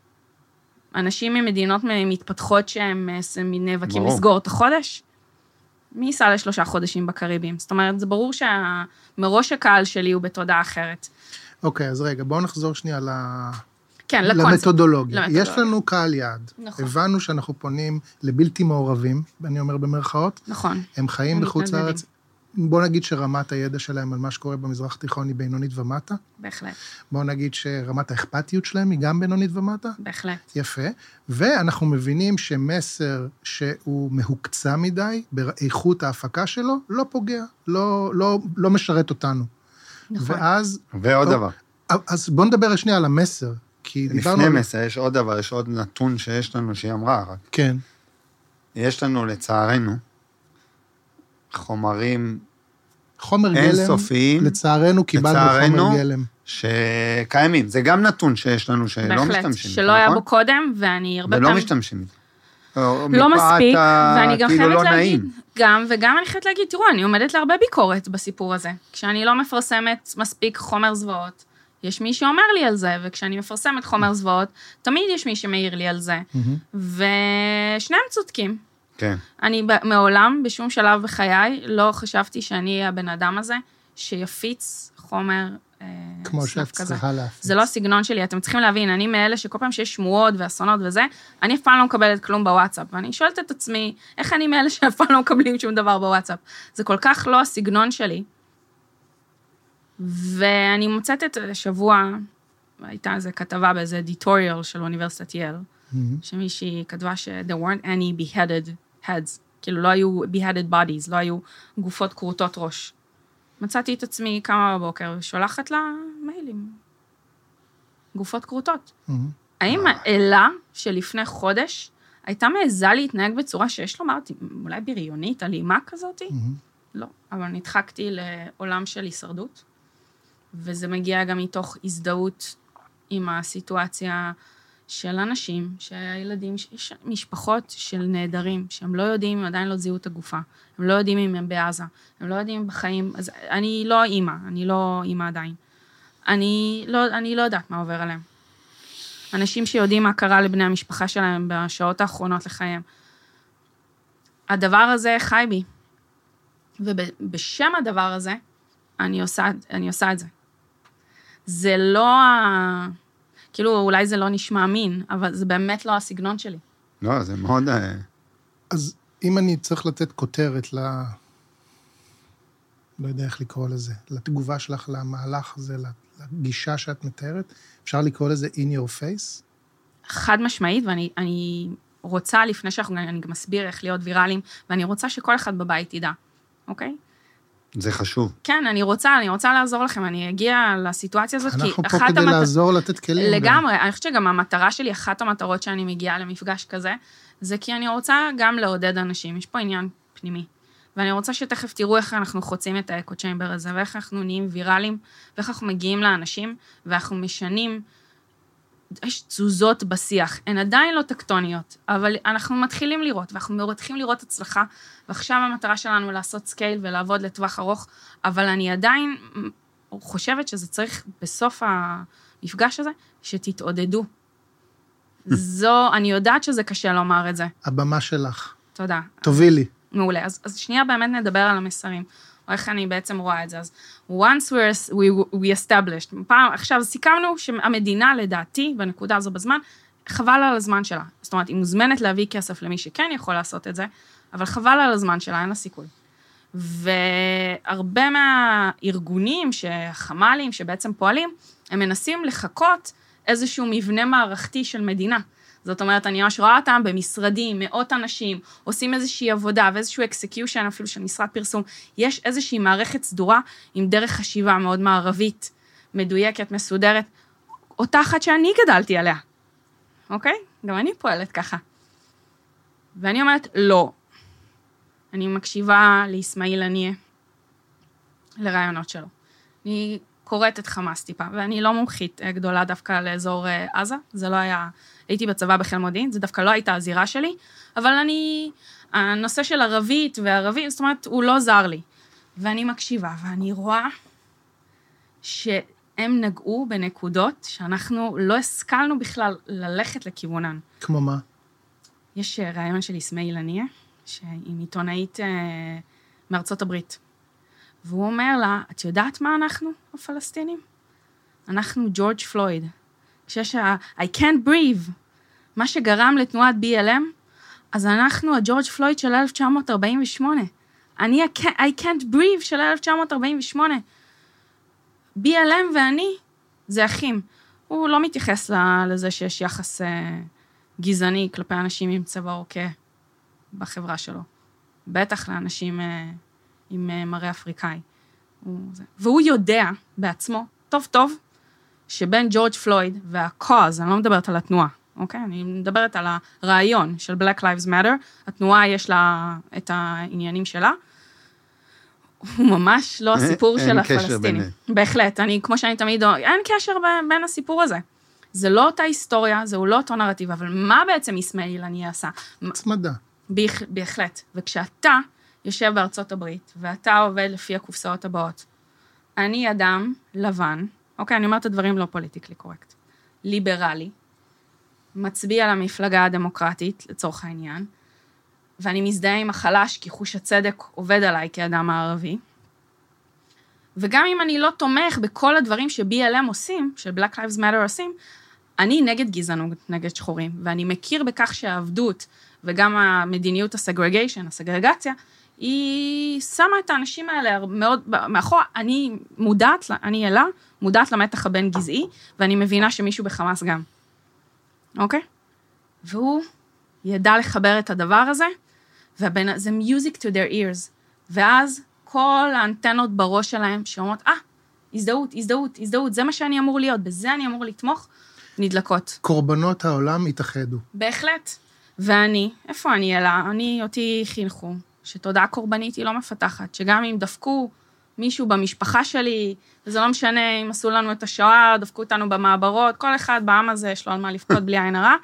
אנשים ממדינות מתפתחות שהם נאבקים לסגור את החודש? מי ייסע ל3 חודשים בקריבים? זאת אומרת, זה ברור שמראש הקהל שלי הוא בתודעה אחרת. אוקיי, אז רגע, בואו נחזור שנייה כן, למתודולוגיה. יש לנו קהל יעד. נכון. הבנו שאנחנו פונים לבלתי מעורבים, אני אומר במרכאות. נכון. הם חיים בחוץ לארץ. בוא נגיד שרמת הידע שלהם על מה שקורה במזרח התיכון היא בינונית ומטה. בהחלט. בוא נגיד שרמת האכפתיות שלהם היא גם בינונית ומטה. בהחלט. יפה. ואנחנו מבינים שמסר שהוא מהוקצה מדי, באיכות ההפקה שלו, לא פוגע, לא משרת אותנו. נכון. ועוד דבר. אז בוא נדבר שנייה על המסר. לפני מסר, יש עוד דבר, יש עוד נתון שיש לנו, שהיא אמרה רק. כן. יש לנו, לצערנו, חומרים חומר אינסופיים, לצערנו קיבלנו חומר גלם. שקיימים. זה גם נתון שיש לנו שלא משתמשים. בהחלט, שלא היה בו קודם, ואני הרבה פעמים... ולא משתמשים. לא מספיק, ואני גם חייבת להגיד, וגם אני חייבת להגיד, תראו, אני עומדת להרבה ביקורת בסיפור הזה. כשאני לא מפרסמת מספיק חומר זוועות, יש מי שאומר לי על זה, וכשאני מפרסמת חומר זוועות, תמיד יש מי שמעיר לי על זה. ושניהם צודקים. כן. אני מעולם, בשום שלב בחיי, לא חשבתי שאני הבן אדם הזה, שיפיץ חומר כמו שאת צריכה להפיץ. זה לא הסגנון שלי, אתם צריכים להבין, אני מאלה שכל פעם שיש שמועות ואסונות וזה, אני אף פעם לא מקבלת כלום בוואטסאפ, ואני שואלת את עצמי, איך אני מאלה שאף פעם לא מקבלים שום דבר בוואטסאפ? זה כל כך לא הסגנון שלי. ואני מוצאת את השבוע, הייתה איזו כתבה באיזה אדיטוריאל של אוניברסיטת יל, שמישהי כתבה ש-there weren't any beheaded heads, כאילו לא היו beheaded bodies, לא היו גופות קרוטות ראש. מצאתי את עצמי כמה בבוקר, ושולחת לה מיילים. גופות קרוטות. האם האלה שלפני חודש, הייתה מעיזה להתנהג בצורה שיש לומר, אולי בריונית, אלימה כזאת? לא, אבל נדחקתי לעולם של הישרדות, וזה מגיע גם מתוך הזדהות עם הסיטואציה של אנשים, שהילדים, יש משפחות של נהדרים, שהם לא יודעים, הם עדיין לא זיהו את הגופה, הם לא יודעים אם הם בעזה, הם לא יודעים בחיים, אז אני לא אימא, אני לא אימא עדיין. אני לא יודעת מה עובר עליהם. אנשים שיודעים מה קרה לבני המשפחה שלהם בשעות האחרונות לחייהם. הדבר הזה חי בי. ובשם הדבר הזה, אני עושה את זה. זה לא כאילו, אולי זה לא נשמע אמין, אבל זה באמת לא הסגנון שלי. לא, זה מאוד... אז אם אני צריך לתת כותרת לא יודע איך לקרוא לזה, לתגובה שלך למהלך הזה, לגישה שאת מתארת, אפשר לקרוא לזה in your face? חד משמעית, ואני רוצה, לפני אני גם מסביר איך להיות ויראליים, ואני רוצה שכל אחד בבית ידע, אוקיי? זה חשוב. כן, אני רוצה לעזור לכם, אני אגיע לסיטואציה הזאת, כי אנחנו פה כדי לעזור, לתת כלים. לגמרי, אני חושבת שגם המטרה שלי, אחת המטרות שאני מגיעה למפגש כזה, זה כי אני רוצה גם לעודד אנשים, יש פה עניין פנימי, ואני רוצה שתכף תראו איך אנחנו חוצים את האקו צ'יימבר הזה, ואיך אנחנו נהיים ויראליים, ואיך אנחנו מגיעים לאנשים, ואנחנו משנים יש תזוזות בשיח, הן עדיין לא טקטוניות, אבל אנחנו מתחילים לראות, ואנחנו מתחילים לראות הצלחה, ועכשיו המטרה שלנו לעשות סקייל ולעבוד לטווח ארוך, אבל אני עדיין חושבת שזה צריך בסוף המפגש הזה, שתתעודדו. אני יודעת שזה קשה לומר את זה. הבמה שלך. תודה. תובילי. מעולה. אז שנייה באמת נדבר על המסרים. או איך אני בעצם רואה את זה. אז once we established, עכשיו סיכמנו שהמדינה לדעתי, בנקודה הזו בזמן, חבל על הזמן שלה. זאת אומרת, היא מוזמנת להביא כסף למי שכן יכול לעשות את זה, אבל חבל על הזמן שלה, אין לה סיכוי. והרבה מהארגונים, החמ"לים, שבעצם פועלים, הם מנסים לחכות איזשהו מבנה מערכתי של מדינה. זאת אומרת, אני ממש רואה אותם במשרדים, מאות אנשים, עושים איזושהי עבודה ואיזשהו execution אפילו של משרד פרסום. יש איזושהי מערכת סדורה עם דרך חשיבה מאוד מערבית, מדויקת, מסודרת, אותה אחת שאני גדלתי עליה. אוקיי? גם אני פועלת ככה. ואני אומרת, לא. אני מקשיבה לאסמאעיל הנייה, לרעיונות שלו. אני קוראת את חמאס טיפה, ואני לא מומחית גדולה דווקא לאזור עזה, זה לא היה, הייתי בצבא בחיל מודיעין, זה דווקא לא הייתה הזירה שלי, אבל הנושא של ערבית וערבים, זאת אומרת, הוא לא זר לי. ואני מקשיבה, ואני רואה שהם נגעו בנקודות שאנחנו לא השכלנו בכלל ללכת לכיוונן. כמו מה? יש רעיון של אסמאעיל הנייה, שהיא עיתונאית מארצות הברית. והוא אומר לה, את יודעת מה אנחנו, הפלסטינים? אנחנו ג'ורג' פלויד. כשיש I can't breathe, מה שגרם לתנועת BLM, אז אנחנו הג'ורג' פלויד של 1948. אני I can't breathe של 1948. BLM ואני, זה אחים. הוא לא מתייחס לזה שיש יחס גזעני כלפי אנשים עם צבע אוקיי בחברה שלו. בטח לאנשים עם מראה אפריקאי. והוא יודע בעצמו, טוב טוב, שבין ג'ורג' פלויד והקוז, אני לא מדברת על התנועה, אוקיי? אני מדברת על הרעיון של Black Lives Matter, התנועה יש לה את העניינים שלה, הוא ממש לא הסיפור של הפלסטינים. בהחלט, כמו שאני תמיד, אין קשר בין הסיפור הזה. זה לא אותה היסטוריה, זהו לא אותו נרטיב, אבל מה בעצם אסמאעיל הנייה עשה? הצמדה. בהחלט. וכשאתה יושב בארצות הברית, ואתה עובד לפי הקופסאות הבאות, אני אדם לבן, אוקיי, אני אומרת את הדברים לא פוליטיקלי קורקט, ליברלי, מצביע למפלגה הדמוקרטית, לצורך העניין, ואני מזדהה עם החלש, כי חוש הצדק עובד עליי כאדם הערבי, וגם אם אני לא תומך בכל הדברים ש-BLM עושים, ש-Black Lives Matter עושים, אני נגד גזענות, נגד שחורים, ואני מכיר בכך שהעבדות, וגם המדיניות הסגרגיישן, הסגרגציה, היא שמה את האנשים האלה מאוד מאחור, אני מודעת למתח הבין גזעי, ואני מבינה שמישהו בחמאס גם. אוקיי? והוא ידע לחבר את הדבר הזה, זה music to their ears, ואז כל האנטנות בראש שלהם, שאומרות, הזדהות, זה מה שאני אמור להיות, בזה אני אמור לתמוך, נדלקות. קורבנות העולם התאחדו. בהחלט. ואני, איפה אני אלה? אותי חינכו, שתודעה קורבנית היא לא מפתחת, שגם אם דפקו מישהו במשפחה שלי, וזה לא משנה אם עשו לנו את השואה, דפקו אותנו במעברות, כל אחד בעם הזה יש לו על מה לפקוד בלי עין הרע.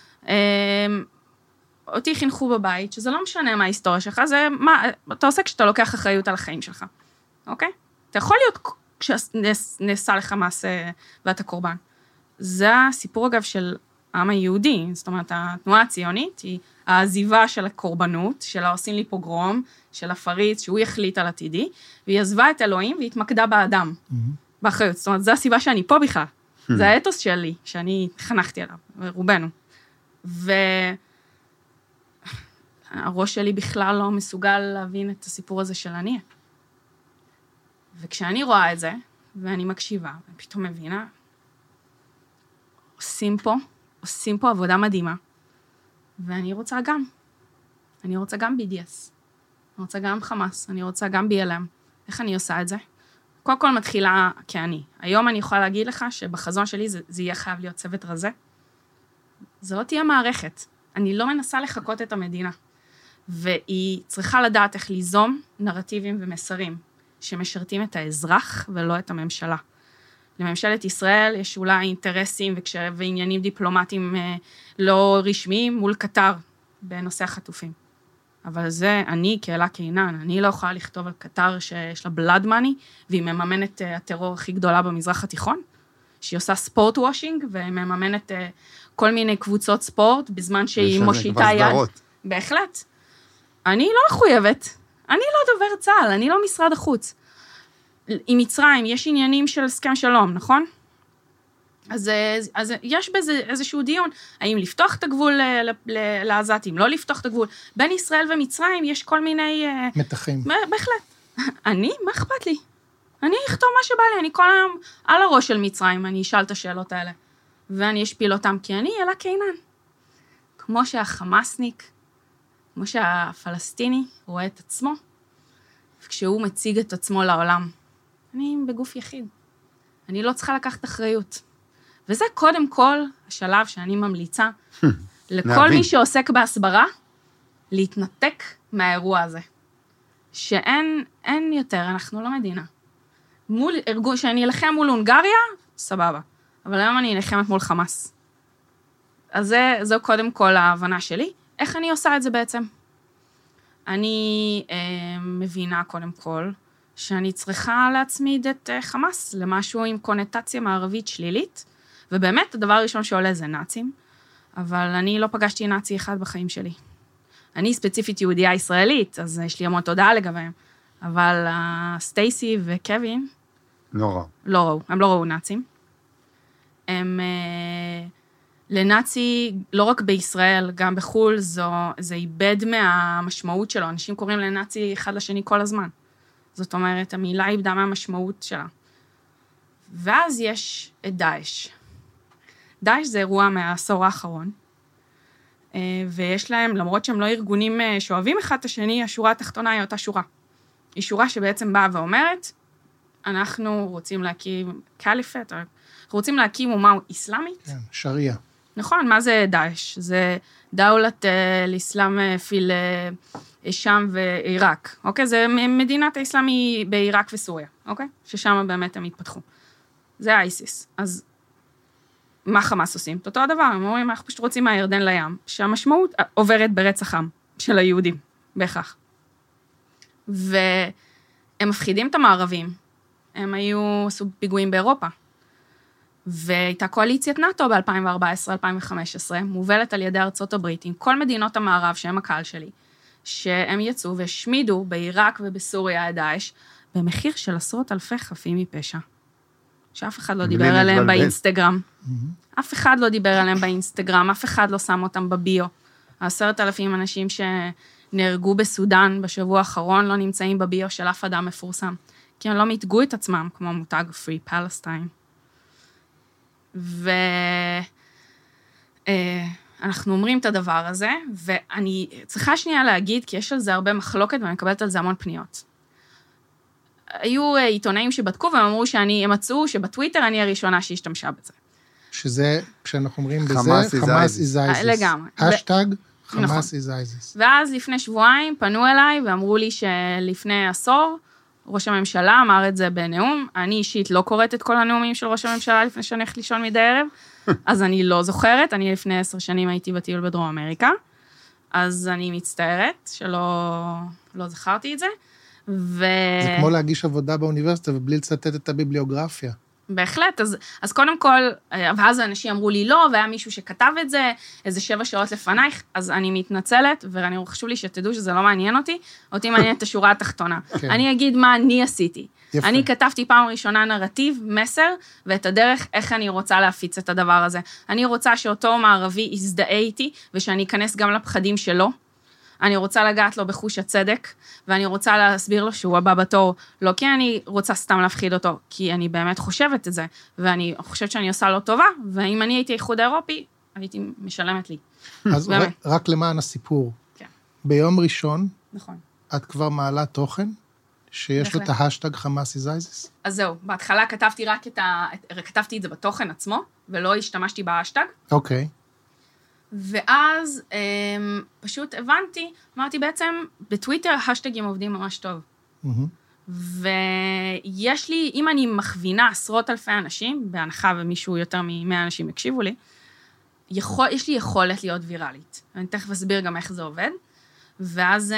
אותי חינכו בבית, שזה לא משנה מה ההיסטוריה שלך, זה מה, אתה עושה כשאתה לוקח אחריות על החיים שלך, אוקיי? אתה יכול להיות כשנעשה לך מעשה ואתה קורבן. זה הסיפור אגב של העם היהודי, זאת אומרת, התנועה הציונית היא העזיבה של הקורבנות, של העושים לי פוגרום, של הפריץ, שהוא יחליט על עתידי, והיא עזבה את אלוהים והתמקדה באדם, באחריות. זאת אומרת, זו הסיבה שאני פה בכלל. זה האתוס שלי, שאני חנכתי עליו, רובנו. והראש שלי בכלל לא מסוגל להבין את הסיפור הזה של אני. וכשאני רואה את זה, ואני מקשיבה, אני פתאום מבינה, עושים פה עבודה מדהימה, ואני רוצה גם. אני רוצה גם BDS. אני רוצה גם חמאס. אני רוצה גם BLM. איך אני עושה את זה? קודם כל מתחילה כאני. היום אני יכולה להגיד לך שבחזון שלי זה יהיה חייב להיות צוות רזה. זה לא תהיה מערכת. אני לא מנסה לחכות את המדינה. והיא צריכה לדעת איך ליזום נרטיבים ומסרים שמשרתים את האזרח ולא את הממשלה. לממשלת ישראל יש אולי אינטרסים ועניינים דיפלומטיים לא רשמיים מול קטר בנושא החטופים. אבל זה, אני כאלה קינן, אני לא יכולה לכתוב על קטר שיש לה בלאד מאני, והיא מממנת הטרור הכי גדולה במזרח התיכון, שהיא עושה ספורט וושינג, ומממנת כל מיני קבוצות ספורט, בזמן שהיא מושיטה יד. בהחלט. אני לא מחויבת. אני לא דובר צה"ל, אני לא משרד החוץ. עם מצרים יש עניינים של הסכם שלום, נכון? אז יש בזה איזשהו דיון, האם לפתוח את הגבול לעזתים, לא לפתוח את הגבול. בין ישראל ומצרים יש כל מיני... מתחים. בהחלט. אני, מה אכפת לי? אני אכתוב מה שבא לי, אני כל היום על הראש של מצרים, אני אשאל את השאלות האלה, ואני אשפיל אותם, כי אני אלה קינן. כמו שהחמאסניק, כמו שהפלסטיני רואה את עצמו, וכשהוא מציג את עצמו לעולם, אני בגוף יחיד. אני לא צריכה לקחת אחריות. וזה קודם כל השלב שאני ממליצה לכל מי שעוסק בהסברה, להתנתק מהאירוע הזה. שאין יותר, אנחנו לא מדינה. מול ארגון, שאני אלחם מול הונגריה, סבבה. אבל היום אני אלחמת מול חמאס. אז זו קודם כל ההבנה שלי. איך אני עושה את זה בעצם? אני מבינה קודם כל, שאני צריכה להצמיד את חמאס למשהו עם קונוטציה מערבית שלילית, ובאמת הדבר הראשון שעולה זה נאצים, אבל אני לא פגשתי נאצי אחד בחיים שלי. אני ספציפית יהודייה ישראלית, אז יש לי המון תודעה לגביהם, אבל סטייסי וקווין... לא ראו. הם לא ראו נאצים. הם... לנאצי, לא רק בישראל, גם בחול, זה איבד מהמשמעות שלו. אנשים קוראים לנאצי אחד לשני כל הזמן. זאת אומרת, המילה איבדה מהמשמעות שלה. ואז יש את דאעש. דאעש זה אירוע מהעשור האחרון, ויש להם, למרות שהם לא ארגונים שאוהבים אחד את השני, השורה התחתונה היא אותה שורה. היא שורה שבעצם באה ואומרת, אנחנו רוצים להקים קליפט, אנחנו רוצים להקים אומה איסלאמית. כן, שריעה. נכון, מה זה דאעש? זה דאולת לאסלאם פיל שם ועיראק, אוקיי? זה מדינת האסלאמי בעיראק וסוריה, אוקיי? ששם באמת הם התפתחו. זה האיסיס. אז מה חמאס עושים? אותו הדבר, הם אומרים, אנחנו פשוט רוצים מהירדן לים, שהמשמעות עוברת ברצח עם של היהודים, בהכרח. והם מפחידים את המערבים. הם היו סוג פיגועים באירופה. והייתה קואליציית נאטו ב-2014-2015, מובלת על ידי ארצות הברית, עם כל מדינות המערב, שהם הקהל שלי, שהם יצאו והשמידו בעיראק ובסוריה את דאעש, במחיר של עשרות אלפי חפים מפשע. שאף אחד לא דיבר עליהם באינסטגרם. אף אחד לא דיבר עליהם באינסטגרם, אף אחד לא שם אותם בביו. 10,000 אנשים שנהרגו בסודן בשבוע האחרון, לא נמצאים בביו של אף אדם מפורסם. כי הם לא מתגו את עצמם, כמו מותג Free Palestine. ואנחנו אומרים את הדבר הזה, ואני צריכה שנייה להגיד, כי יש על זה הרבה מחלוקת, ואני מקבלת על זה המון פניות. היו עיתונאים שבדקו, והם אמרו הם מצאו שבטוויטר אני הראשונה שהשתמשה בזה. שזה, כשאנחנו אומרים בזה, חמאס is ISIS. לגמרי. השטג, חמאס is ISIS. ואז לפני שבועיים פנו אליי, ואמרו לי שלפני עשור, ראש הממשלה אמר את זה בנאום, אני אישית לא קוראת את כל הנאומים של ראש הממשלה לפני שאני הולכת לישון מדי ערב, אז אני לא זוכרת, אני לפני 10 שנים הייתי בטיול בדרום אמריקה, אז אני מצטערת שלא זכרתי את זה, זה כמו להגיש עבודה באוניברסיטה ובלי לצטט את הביבליוגרפיה. בהחלט, אז קודם כל, ואז האנשים אמרו לי לא, והיה מישהו שכתב את זה, איזה 7 שעות לפנייך, אז אני מתנצלת, וחשוב לי שתדעו שזה לא מעניין אותי מעניין את השורה התחתונה. אני אגיד מה אני עשיתי. אני כתבתי פעם ראשונה נרטיב, מסר, ואת הדרך איך אני רוצה להפיץ את הדבר הזה. אני רוצה שאותו מערבי יזדהה איתי, ושאני אכנס גם לפחדים שלו, אני רוצה לגעת לו בחוש הצדק, ואני רוצה להסביר לו שהוא הבא בתור, לא כי אני רוצה סתם להפחיד אותו, כי אני באמת חושבת את זה, ואני חושבת שאני עושה לו טובה, ואם אני הייתי איחוד האירופי, הייתי משלמת לי. אז רק למען הסיפור. כן. ביום ראשון, נכון. את כבר מעלה תוכן, שיש לו את ההשטג חמאס is ISIS? אז זהו, בהתחלה כתבתי כתבתי את זה בתוכן עצמו, ולא השתמשתי בהשטג. אוקיי. ואז פשוט הבנתי, אמרתי בעצם, בטוויטר השטגים עובדים ממש טוב. ויש לי, אם אני מכווינה עשרות אלפי אנשים, בהנחה ומישהו יותר מ100 אנשים יקשיבו לי, יש לי יכולת להיות ויראלית. אני תכף אסביר גם איך זה עובד, ואז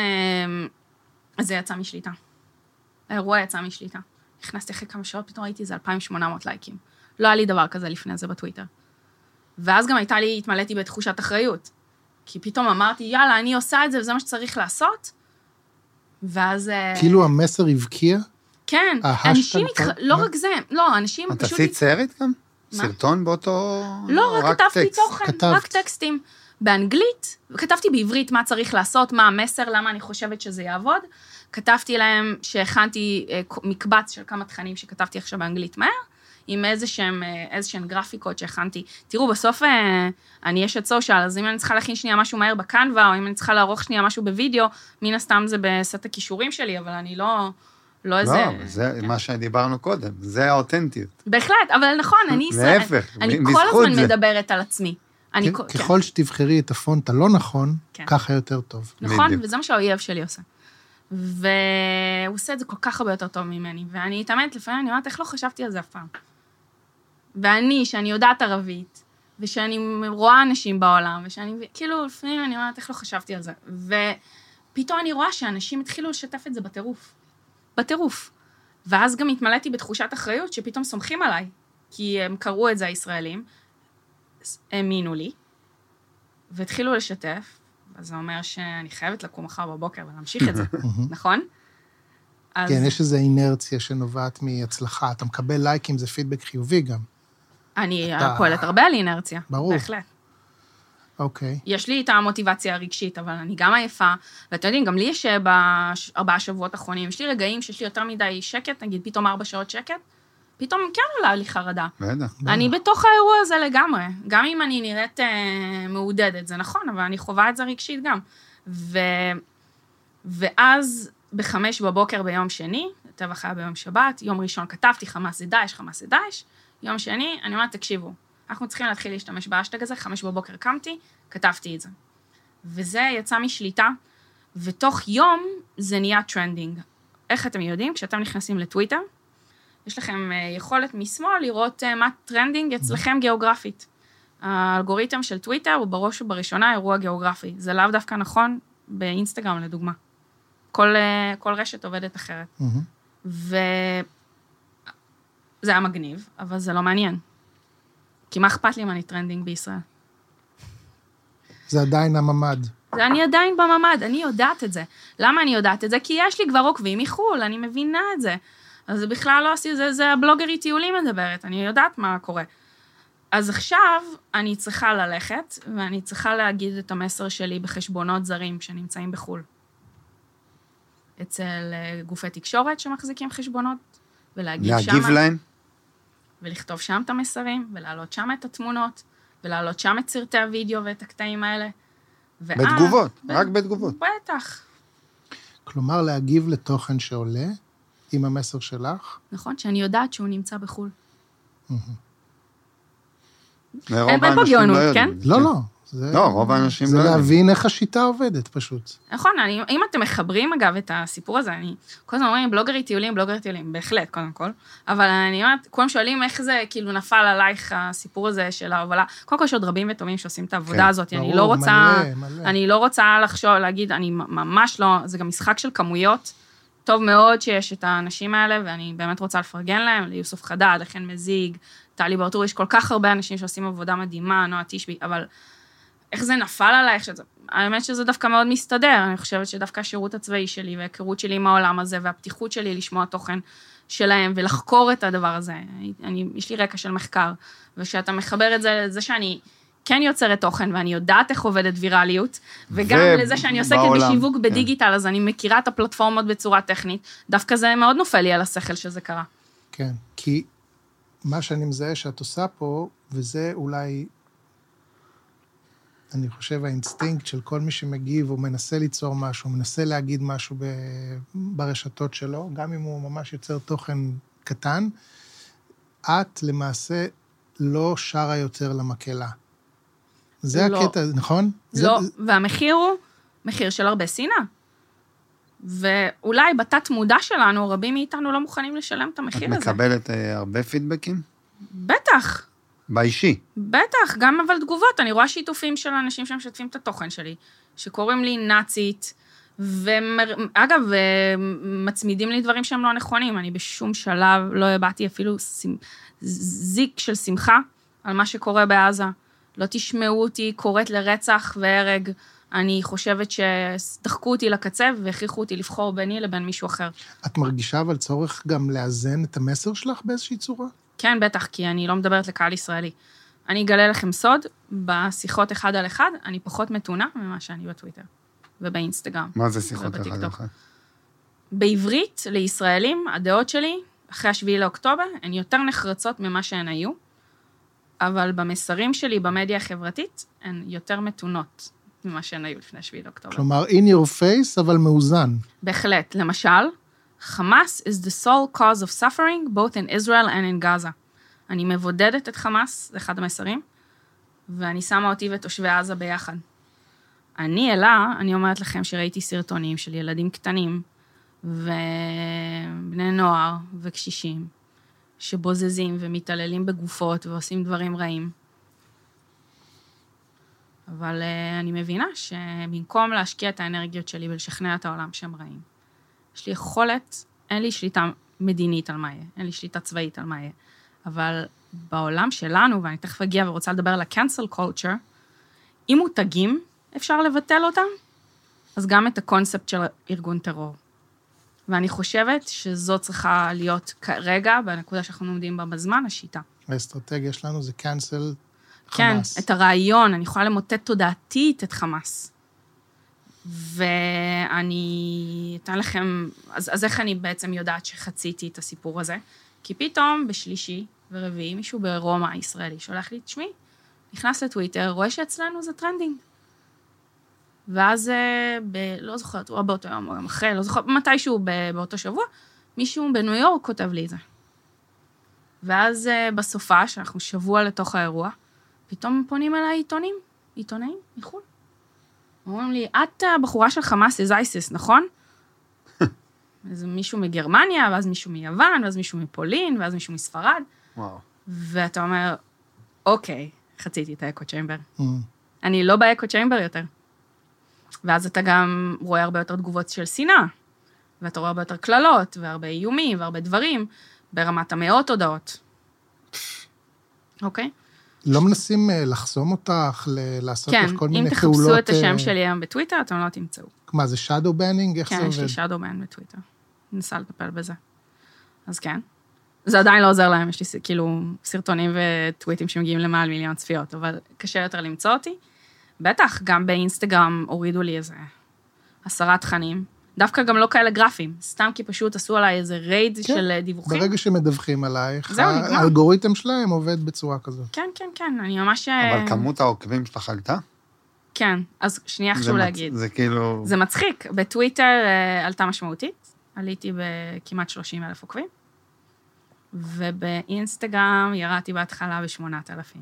זה יצא משליטה. האירוע יצא משליטה. נכנסתי אחרי כמה שעות, פתאום ראיתי איזה 2,800 לייקים. לא היה לי דבר כזה לפני זה בטוויטר. ואז גם התמלאתי בתחושת אחריות. כי פתאום אמרתי, יאללה, אני עושה את זה, וזה מה שצריך לעשות. ואז... כאילו המסר הבקיע? כן, אנשים, לא רק זה, לא, אנשים פשוט... פשוט... את עשית סרט גם? סרטון באותו... לא, רק כתבתי תוכן, רק טקסטים. באנגלית, כתבתי בעברית מה צריך לעשות, מה המסר, למה אני חושבת שזה יעבוד. כתבתי להם שהכנתי מקבץ של כמה תכנים שכתבתי עכשיו באנגלית מהר, עם איזשהן גרפיקות שהכנתי. תראו, בסוף אני אשת סושיאל, אז אם אני צריכה להכין שנייה משהו מהר בקנווה, או אם אני צריכה לערוך שנייה משהו בווידאו, מן הסתם זה בסט הכישורים שלי, אבל אני לא איזה... לא, זה מה שדיברנו קודם, זה האותנטיות. בהחלט, אבל נכון, אני כל הזמן מדברת על עצמי. ככל שתבחרי את הפונט הלא נכון, ככה יותר טוב. נכון, וזה מה שהאויב שלי עושה. והוא עושה את זה כל כך הרבה יותר טוב ממני, ואני התאמנת לפעמים, אני אומרת, איך לא חשבתי על זה אף פעם? ואני, שאני יודעת ערבית, ושאני רואה אנשים בעולם, ושאני, כאילו, לפעמים אני אומרת, איך לא חשבתי על זה? ופתאום אני רואה שאנשים התחילו לשתף את זה בטירוף. ואז גם התמלאתי בתחושת אחריות, שפתאום סומכים עליי, כי הם קראו את זה הישראלים, האמינו לי, והתחילו לשתף, אז זה אומר שאני חייבת לקום מחר בבוקר ולהמשיך את זה, נכון? כן, יש איזו אינרציה שנובעת מהצלחה. אתה מקבל לייקים, זה פידבק חיובי גם. אני פועלת הרבה על אינרציה. ברור. בהחלט. אוקיי. יש לי את המוטיבציה הרגשית, אבל אני גם עייפה, ואתם יודעים, גם לי יש ב4 שבועות האחרונים, יש לי רגעים שיש לי יותר מדי שקט, נגיד פתאום 4 שעות שקט, פתאום כן עולה לי חרדה. אני בתוך האירוע הזה לגמרי, גם אם אני נראית מעודדת, זה נכון, אבל אני חווה את זה רגשית גם. ואז ב5 בבוקר ביום שני, טבח היה ביום שבת, יום ראשון כתבתי חמאס זה דאעש, יום שני, אני אומרת, תקשיבו, אנחנו צריכים להתחיל להשתמש באשטג הזה, 5 בבוקר קמתי, כתבתי את זה. וזה יצא משליטה, ותוך יום זה נהיה טרנדינג. איך אתם יודעים? כשאתם נכנסים לטוויטר, יש לכם יכולת משמאל לראות מה טרנדינג אצלכם גיאוגרפית. האלגוריתם של טוויטר הוא בראש ובראשונה אירוע גיאוגרפי. זה לאו דווקא נכון באינסטגרם, לדוגמה. כל רשת עובדת אחרת. וזה היה מגניב, אבל זה לא מעניין. כי מה אכפת לי אם אני טרנדינג בישראל? זה עדיין הממד. אני עדיין בממד, אני יודעת את זה. למה אני יודעת את זה? כי יש לי כבר עוקבים מחול, אני מבינה את זה. אז זה בכלל לא עשי, זה הבלוגרית טיולים מדברת, אני יודעת מה קורה. אז עכשיו אני צריכה ללכת, ואני צריכה להגיד את המסר שלי בחשבונות זרים שנמצאים בחול. אצל גופי תקשורת שמחזיקים חשבונות, ולהגיד שם... להגיב להם? ולכתוב שם את המסרים, ולהעלות שם את התמונות, ולהעלות שם את סרטי הוידאו ואת הקטעים האלה. בתגובות, רק בתגובות. בטח. כלומר, להגיב לתוכן שעולה, עם המסר שלך. נכון, שאני יודעת שהוא נמצא בחול. אין פה גאונות, כן? לא. לא, רוב האנשים לא יודעים. זה להבין איך השיטה עובדת, פשוט. נכון, אם אתם מחברים, אגב, את הסיפור הזה, אני כל הזמן אומרים, בלוגרית טיולים, בהחלט, קודם כל, אבל אני אומרת, כולם שואלים איך זה כאילו נפל עלייך הסיפור הזה של ההובלה. קודם כל, יש עוד רבים וטובים שעושים את העבודה הזאת, אני לא רוצה לחשוב, להגיד, אני ממש לא, זה גם משחק של כמויות, טוב מאוד שיש את האנשים האלה, ואני באמת רוצה לפרגן להם, ליוסף חדד, לכן מזיג, טלי ברטור, יש כל כך הרבה אנשים שעושים עבודה מדהימה, נועה תשבי, אבל איך זה נפל עלייך? האמת שזה דווקא מאוד מסתדר, אני חושבת שדווקא השירות הצבאי שלי, וההיכרות שלי עם העולם הזה, והפתיחות שלי לשמוע תוכן שלהם, ולחקור את הדבר הזה. יש לי רקע של מחקר, ושאתה מחבר את זה לזה שאני כן יוצרת תוכן, ואני יודעת איך עובדת ויראליות, וגם לזה שאני עוסקת בשיווק בדיגיטל, אז אני מכירה את הפלטפורמות בצורה טכנית, דווקא זה מאוד נופל לי על השכל שזה קרה. כן, כי מה שאני מזהה שאת עושה פה, וזה אולי, אני חושב, האינסטינקט של כל מי שמגיב, הוא מנסה ליצור משהו, מנסה להגיד משהו ברשתות שלו, גם אם הוא ממש יוצר תוכן קטן, את למעשה לא שרה יותר למקהלה. זה הקטע, נכון? לא, והמחיר הוא מחיר של הרבה שנאה. ואולי בתת מודע שלנו, רבים מאיתנו לא מוכנים לשלם את המחיר הזה. את מקבלת הרבה פידבקים? בטח. באישי? בטח, גם אבל תגובות. אני רואה שיתופים של אנשים שמשתפים את התוכן שלי, שקוראים לי נאצית, ואגב, מצמידים לי דברים שהם לא נכונים. אני בשום שלב לא הבאתי אפילו זיק של שמחה על מה שקורה בעזה. לא תשמעו אותי קוראת לרצח והרג. אני חושבת שדחקו אותי לקצה והכריחו אותי לבחור ביני לבין מישהו אחר. את מרגישה אבל צורך גם לאזן את המסר שלך באיזושהי צורה? כן, בטח, כי אני לא מדברת לקהל ישראלי. אני אגלה לכם סוד, בשיחות אחד על אחד, אני פחות מתונה ממה שאני בטוויטר ובאינסטגרם. מה זה שיחות ובטיקטוק. אחד על אחד? בעברית, לישראלים, הדעות שלי, אחרי 7 לאוקטובר, הן יותר נחרצות ממה שהן היו, אבל במסרים שלי במדיה החברתית, הן יותר מתונות ממה שהן היו לפני 7 לאוקטובר. כלומר, in your face, אבל מאוזן. בהחלט. למשל, חמאס is the sole cause of suffering, both in Israel and in Gaza. אני מבודדת את חמאס, זה אחד המסרים, ואני שמה אותי ותושבי עזה ביחד. אני אומרת לכם שראיתי סרטונים של ילדים קטנים, ובני נוער וקשישים, שבוזזים ומתעללים בגופות ועושים דברים רעים. אבל אני מבינה שבמקום להשקיע את האנרגיות שלי ולשכנע את העולם שהם רעים, יש לי יכולת, אין לי שליטה מדינית על מה יהיה, אין לי שליטה צבאית על מה יהיה, אבל בעולם שלנו, ואני תכף אגיע ורוצה לדבר על ה-cancel culture, אם מותגים אפשר לבטל אותם, אז גם את הקונספט של ארגון טרור. ואני חושבת שזו צריכה להיות כרגע, בנקודה שאנחנו עומדים בה בזמן, השיטה. האסטרטגיה שלנו זה cancel כן, חמאס. את הרעיון, אני יכולה למוטט תודעתית את חמאס. ואני אתן לכם, אז איך אני בעצם יודעת שחציתי את הסיפור הזה? כי פתאום בשלישי ורביעי, מישהו ברומא הישראלי שולח לי, תשמעי, נכנס לטוויטר, רואה שאצלנו זה טרנדינג. ואז, לא זוכרת, או באותו יום, או יום אחרי, לא זוכרת, מתישהו באותו שבוע, מישהו בניו יורק כותב לי את זה. ואז בסופה, שאנחנו שבוע לתוך האירוע, פתאום פונים אליי עיתונאים מחו"ל. אומרים לי, את הבחורה של חמאס is ISIS, נכון? אז מישהו מגרמניה, ואז מישהו מיוון, ואז מישהו מפולין, ואז מישהו מספרד. וואו. ואתה אומר, אוקיי, חציתי את האקו צ'יימבר. אני לא באקו צ'יימבר יותר. ואז אתה גם רואה הרבה יותר תגובות של שנאה, ואתה רואה הרבה יותר כללות, והרבה איומים, והרבה דברים, ברמת המאות הודעות. אוקיי? לא מנסים לחסום אותך, לעשות לך כל מיני כן, פעולות... אם תחפשו את השם שלי היום בטוויטר, אתם לא תמצאו. מה, זה shadow banning? איך זה כן, עובד? יש לי shadow ban בטוויטר. ניסה לטפל בזה. אז כן. זה עדיין לא עוזר להם, יש לי כאילו סרטונים וטוויטים שמגיעים למעל 1,000,000 צפיות, אבל קשה יותר למצוא אותי. בטח, גם באינסטגרם הורידו לי איזה 10 תכנים. דווקא גם לא כאלה גרפיים, סתם כי פשוט עשו עליי איזה רייד של דיווחים. ברגע שמדווחים עלייך, זהו, נגמר. האלגוריתם שלהם עובד בצורה כזאת. כן, אני ממש... אבל כמות העוקבים שלך עלתה? כן, אז שנייה חשוב להגיד. זה כאילו... זה מצחיק, בטוויטר עלתה משמעותית, עליתי בכמעט 30,000 עוקבים, ובאינסטגרם ירדתי בהתחלה ב8,000.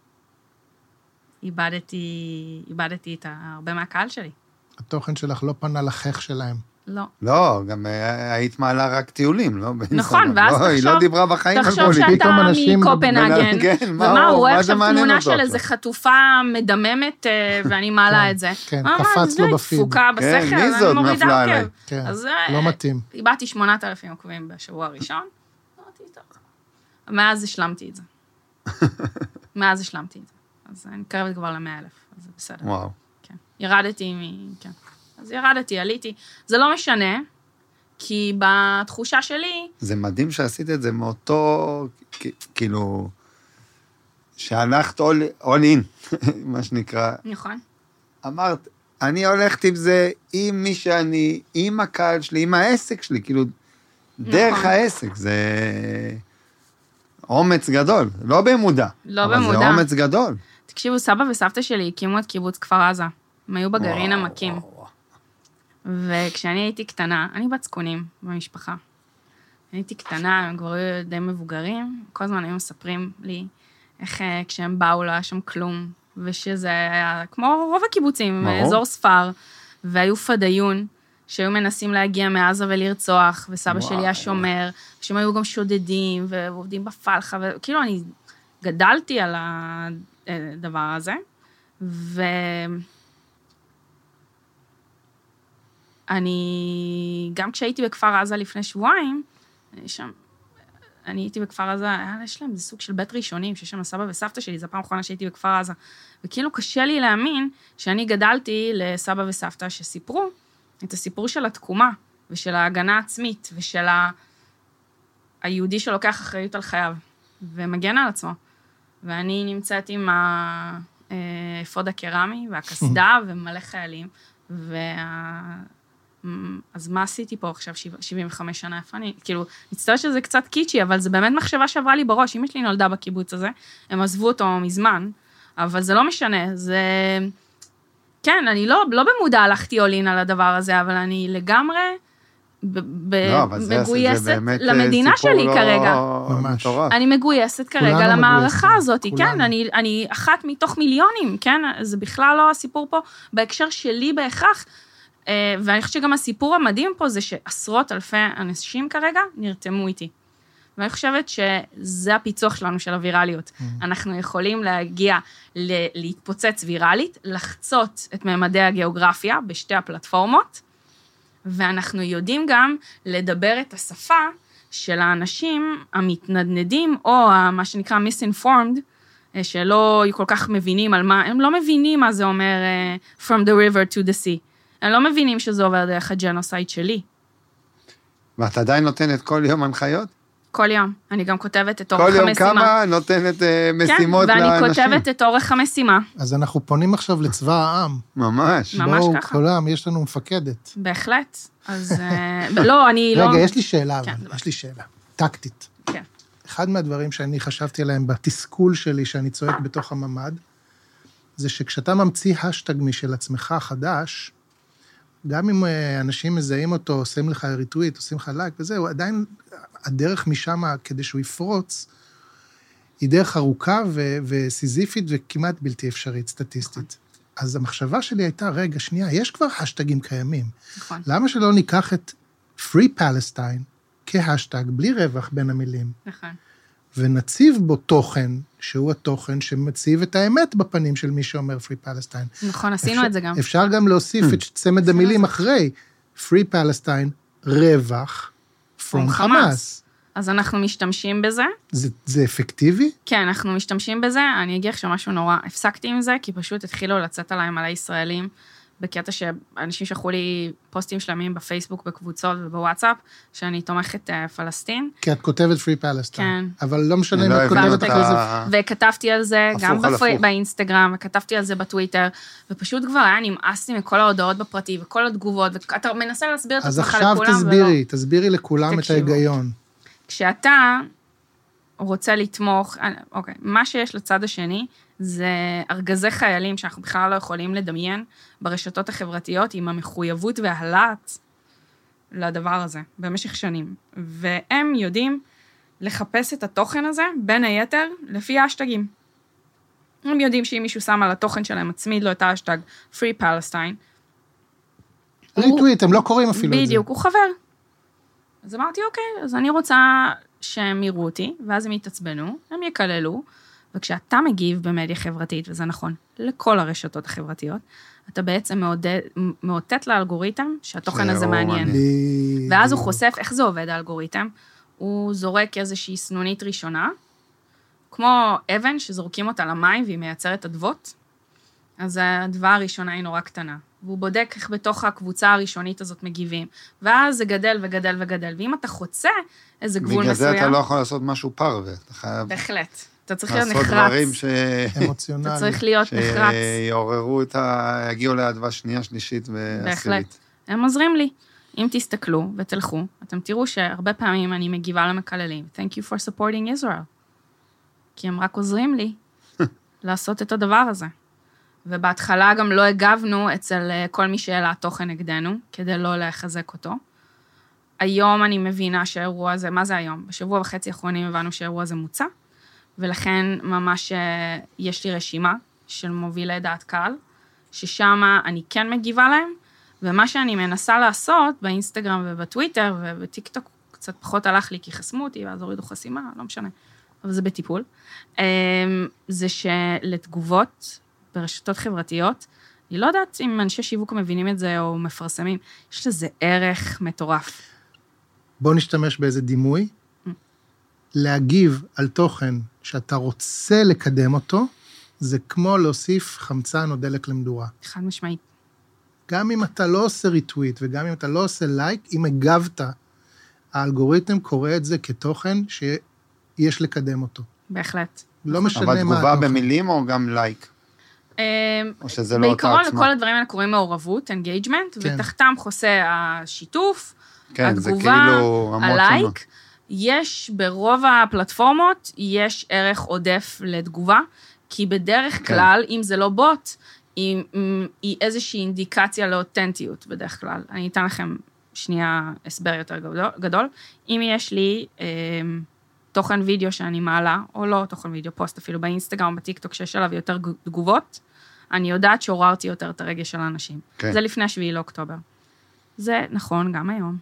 איבדתי את הרבה מהקהל שלי. התוכן שלך לא פנה לחך שלהם. לא. לא, גם היית מעלה רק טיולים, לא? נכון, ואז היא לא דיברה בחיים על תחשוב פוליטיקה. שאתה מקופנהגן, ומה, הוא רואה עכשיו תמונה של אותו? איזה חתופה מדממת, ואני מעלה את זה. כן, קפץ לו בפיד. תפוקה בשכל, מי זאת? אני מורידה נפלה עליי. עוקב. כן, אז לא מתאים. איבדתי 8,000 עוקבים בשבוע הראשון, אמרתי, טוב. מאז השלמתי את זה. אז אני קרבת כבר ל100,000, אז זה בסדר. וואו. כן. כן. אז ירדתי, עליתי. זה לא משנה, כי בתחושה שלי... זה מדהים שעשית את זה מאותו, כאילו, שהלכת all in, מה שנקרא. נכון. אמרת, אני הולכת עם זה, עם מי שאני, עם הקהל שלי, עם העסק שלי, כאילו, דרך העסק, זה אומץ גדול, לא במודע. לא במודע. אבל זה אומץ גדול. תקשיבו, סבא וסבתא שלי הקימו את קיבוץ כפר עזה. הם היו בגרעין המקים. וכשאני הייתי קטנה, אני בת זקונים במשפחה. הייתי קטנה, הם כבר היו די מבוגרים, כל הזמן היו מספרים לי איך כשהם באו לא היה שם כלום, ושזה היה כמו רוב הקיבוצים, אזור ספר, והיו פדיון, שהיו מנסים להגיע מעזה ולרצוח, וסבא שלי היה שומר, שהם היו גם שודדים, ועובדים בפלחה, וכאילו אני גדלתי על הדבר הזה, אני, גם כשהייתי בכפר עזה לפני שבועיים, אני הייתי בכפר עזה, יש להם איזה סוג של בית ראשונים, שיש שם הסבא וסבתא שלי, זו הפעם האחרונה שהייתי בכפר עזה, וכאילו קשה לי להאמין שאני גדלתי לסבא וסבתא שסיפרו את הסיפור של התקומה, ושל ההגנה העצמית, ושל היהודי שלוקח אחריות על חייו, ומגן על עצמו. ואני נמצאת עם האפוד הקרמי, והקסדה, ומלא חיילים, אז מה עשיתי פה עכשיו 75 שנה? איפה אני? כאילו, מצטער שזה קצת קיצ'י, אבל זה באמת מחשבה שעברה לי בראש. אמא שלי נולדה בקיבוץ הזה, הם עזבו אותו מזמן, אבל זה לא משנה, זה... כן, אני לא במודע הלכתי אולין על הדבר הזה, אבל אני לגמרי מגויסת למדינה שלי כרגע. ממש. אני מגויסת כרגע למערכה הזאת, כן, אני אחת מתוך מיליונים, כן, זה בכלל לא הסיפור פה, בהקשר שלי בהכרח, ואני חושבת שגם הסיפור המדהים פה זה שעשרות אלפי אנשים כרגע נרתמו איתי. ואני חושבת שזה הפיצוח שלנו של הווירליות. אנחנו יכולים להגיע להתפוצץ וירלית, לחצות את ממדי הגיאוגרפיה בשתי הפלטפורמות, ואנחנו יודעים גם לדבר את השפה של האנשים המתנדנדים, או מה שנקרא misinformed, שלא כל כך מבינים על מה, הם לא מבינים מה זה אומר from the river to the sea. הם לא מבינים שזה עובר דרך הג'נוסייד שלי. ואת עדיין נותנת כל יום הנחיות? כל יום. אני גם כותבת את אורך המשימה. המשימה. כל יום כמה נותנת משימות לאנשים? כן, ואני כותבת את אורך המשימה. אז אנחנו פונים עכשיו לצבא העם. ממש. ממש בואו, ככה. כולם, יש לנו מפקדת. בהחלט. אז לא, אני לא... רגע, יש לי שאלה, כן, אבל יש לי שאלה. טקטית. כן. אחד מהדברים שאני חשבתי עליהם בתסכול שלי, שאני צועק בתוך הממד, זה שכשאתה ממציא השטג משל עצמך חדש, גם אם אנשים מזהים אותו, עושים לך ריטוויט, עושים לך לייק וזהו, עדיין הדרך משם כדי שהוא יפרוץ, היא דרך ארוכה וסיזיפית וכמעט בלתי אפשרית, סטטיסטית. אז המחשבה שלי הייתה, רגע, שנייה, יש כבר השטגים קיימים. נכון. למה שלא ניקח את Free Palestine כהשטג, בלי רווח בין המילים, נכון. ונציב בו תוכן, שהוא התוכן שמציב את האמת בפנים של מי שאומר Free Palestine. נכון, עשינו את זה גם. אפשר גם להוסיף את צמד המילים אחרי, Free Palestine, רווח, from חמאס. אז אנחנו משתמשים בזה. זה אפקטיבי? כן, אנחנו משתמשים בזה. אני אגיד עכשיו משהו נורא. הפסקתי עם זה, כי פשוט התחילו לצאת עליי מלא ישראלים, בקטע שאנשים שלחו לי פוסטים שלמים בפייסבוק, בקבוצות ובוואטסאפ, שאני תומכת פלסטין. כי את כותבת Free Palestine. כן. אבל לא משנה אם את כותבת אחרי זה. וכתבתי על זה גם באינסטגרם, וכתבתי על זה בטוויטר, ופשוט כבר היה נמאס לי מכל ההודעות בפרטי, וכל התגובות, ואתה מנסה להסביר את עצמך לכולם, ולא. אז עכשיו תסבירי לכולם את ההיגיון. כשאתה רוצה לתמוך, אוקיי, מה שיש לצד השני, זה ארגזי חיילים שאנחנו בכלל לא יכולים לדמיין ברשתות החברתיות עם המחויבות וההלעת לדבר הזה במשך שנים. והם יודעים לחפש את התוכן הזה, בין היתר, לפי האשטגים. הם יודעים שאם מישהו שם על התוכן שלהם, מצמיד לו את האשטג Free Palestine. ריטוויט, הם לא קוראים אפילו את זה. בדיוק, הוא חבר. אז אמרתי, אוקיי, אז אני רוצה שהם יראו אותי, ואז הם יתעצבנו, הם יקללו, וכשאתה מגיב במדיה חברתית, וזה נכון, לכל הרשתות החברתיות, אתה בעצם מאותת לאלגוריתם שהתוכן הזה מעניין. ואז הוא חושף איך זה עובד האלגוריתם, הוא זורק איזושהי סנונית ראשונה, כמו אבן שזורקים אותה למים והיא מייצרת אדוות, אז הדבר הראשונה היא נורא קטנה, והוא בודק איך בתוך הקבוצה הראשונית הזאת מגיבים, ואז זה גדל וגדל וגדל, ואם אתה חוצה איזה גבול מסוים... בגלל זה אתה לא יכול לעשות משהו פרווה, אתה חייב... בהחלט. אתה צריך להיות נחרץ. לעשות דברים אמוציונלי. אתה צריך להיות נחרץ. שיעוררו יגיעו לאדווה שנייה, שלישית ועשירית. בהחלט. הם עוזרים לי. אם תסתכלו ותלכו, אתם תראו שהרבה פעמים אני מגיבה למקללים. Thank you for supporting Israel. כי הם רק עוזרים לי לעשות את הדבר הזה. ובהתחלה גם לא הגבנו אצל כל מי שאלה תוכן נגדנו, כדי לא לחזק אותו. היום אני מבינה שהאירוע הזה, מה זה היום? בשבוע וחצי האחרונים הבנו שהאירוע הזה מוצא, ולכן ממש יש לי רשימה של מובילי דעת קהל, ששם אני כן מגיבה להם, ומה שאני מנסה לעשות באינסטגרם ובטוויטר ובטיקטוק, קצת פחות הלך לי כי חסמו אותי, ואז הורידו חסימה, לא משנה, אבל זה בטיפול, זה שלתגובות ברשתות חברתיות, אני לא יודעת אם אנשי שיווק מבינים את זה או מפרסמים, יש לזה ערך מטורף. בוא נשתמש באיזה דימוי, להגיב על תוכן שאתה רוצה לקדם אותו, זה כמו להוסיף חמצן או דלק למדורה. חד משמעית. גם אם אתה לא עושה ריטוויט, וגם אם אתה לא עושה לייק, אם הגבת, האלגוריתם קורא את זה כתוכן שיש לקדם אותו. בהחלט. לא משנה מה אבל התוכן. תגובה במילים או גם לייק? או שזה לא אותה עצמה? בעיקרון לכל הדברים האלה קוראים מעורבות, engagement, ותחתם חוסה השיתוף, התגובה, הלייק. יש ברוב הפלטפורמות, יש ערך עודף לתגובה, כי בדרך כלל, אם זה לא בוט, היא איזושהי אינדיקציה לאותנטיות בדרך כלל. אני אתן לכם שנייה הסבר יותר גדול. אם יש לי תוכן וידאו שאני מעלה, או לא תוכן וידאו, פוסט אפילו באינסטגרם, בטיקטוק שיש עליו יותר תגובות, אני יודעת שעוררתי יותר את הרגש של האנשים. כן. זה לפני 7 לאוקטובר. זה נכון גם היום.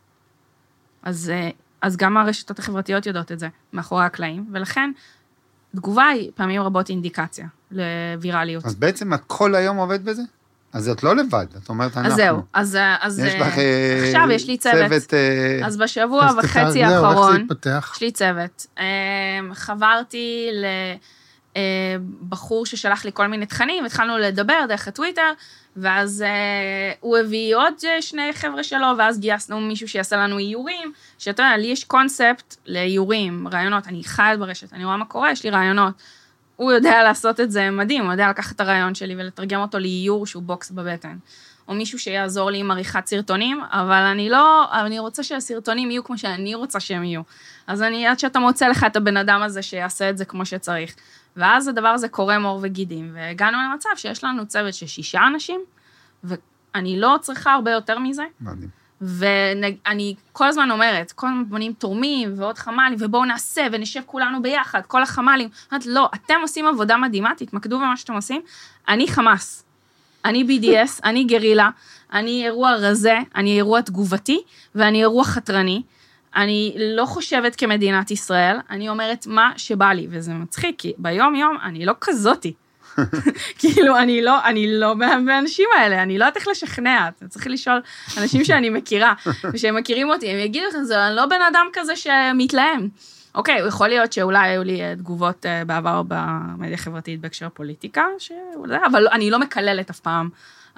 אז גם הרשתות החברתיות יודעות את זה, מאחורי הקלעים, ולכן תגובה היא פעמים רבות אינדיקציה לווירליות. אז בעצם את כל היום עובד בזה? אז את לא לבד, את אומרת אנחנו. אז זהו, אז יש לך עכשיו יש לי צוות. אז בשבוע וחצי האחרון, יש לי צוות. חברתי לבחור ששלח לי כל מיני תכנים, והתחלנו לדבר דרך הטוויטר, ואז הוא הביא עוד 2 חבר'ה שלו, ואז גייסנו מישהו שיעשה לנו איורים, שאתה יודע, לי יש קונספט לאיורים, רעיונות, אני חייבת ברשת, אני רואה מה קורה, יש לי רעיונות. הוא יודע לעשות את זה מדהים, הוא יודע לקחת את הרעיון שלי ולתרגם אותו לאיור שהוא בוקס בבטן. או מישהו שיעזור לי עם עריכת סרטונים, אבל אני רוצה שהסרטונים יהיו כמו שאני רוצה שהם יהיו. אז עד שאתה מוצא לך את הבן אדם הזה שיעשה את זה כמו שצריך. ואז הדבר הזה קורא מור וגידים, והגענו למצב שיש לנו צוות של 6 אנשים, ואני לא צריכה הרבה יותר מזה. מדהים. ואני כל הזמן אומרת, כל הזמן בונים תורמים ועוד חמלים, ובואו נעשה ונשב כולנו ביחד, כל החמלים. אומרת, לא, אתם עושים עבודה מדהימה, תתמקדו במה שאתם עושים. אני חמאס, אני BDS, אני גרילה, אני אירוע רזה, אני אירוע תגובתי, ואני אירוע חתרני. אני לא חושבת כמדינת ישראל, אני אומרת מה שבא לי, וזה מצחיק, כי ביום יום אני לא כזאתי. כאילו, אני לא מהאנשים האלה, אני לא יודעת איך לשכנע, אתה צריך לשאול אנשים שאני מכירה, ושהם מכירים אותי, הם יגידו לכם, זה לא בן אדם כזה שמתלהם. אוקיי, יכול להיות שאולי היו לי תגובות בעבר במדיה חברתית בהקשר פוליטיקה, אבל אני לא מקללת אף פעם,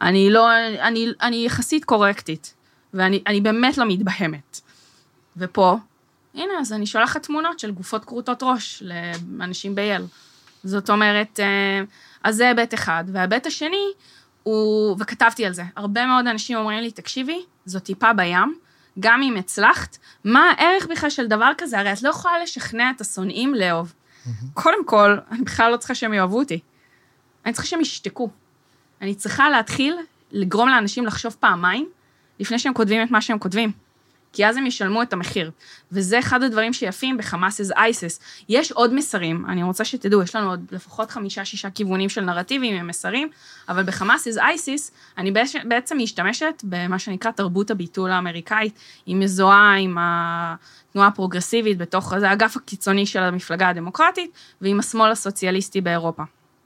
אני יחסית קורקטית, ואני באמת לא מתבהמת. ופה, הנה, אז אני שולחת תמונות של גופות קרוטות ראש לאנשים בייל. זאת אומרת, אז זה היבט אחד, וההיבט השני הוא, וכתבתי על זה, הרבה מאוד אנשים אומרים לי, תקשיבי, זו טיפה בים, גם אם הצלחת, מה הערך בכלל של דבר כזה? הרי את לא יכולה לשכנע את השונאים לאהוב. קודם כל, אני בכלל לא צריכה שהם יאהבו אותי. אני צריכה שהם ישתקו. אני צריכה להתחיל לגרום לאנשים לחשוב פעמיים, לפני שהם כותבים את מה שהם כותבים. כי אז הם ישלמו את המחיר. וזה אחד הדברים שיפים בחמאס is ISIS. יש עוד מסרים, אני רוצה שתדעו, יש לנו עוד לפחות 5-6 כיוונים של נרטיבים עם מסרים, אבל בחמאס is ISIS, אני בעצם משתמשת במה שנקרא תרבות הביטול האמריקאית, היא מזוהה עם התנועה הפרוגרסיבית בתוך, זה האגף הקיצוני של המפלגה הדמוקרטית, ועם השמאל הסוציאליסטי באירופה.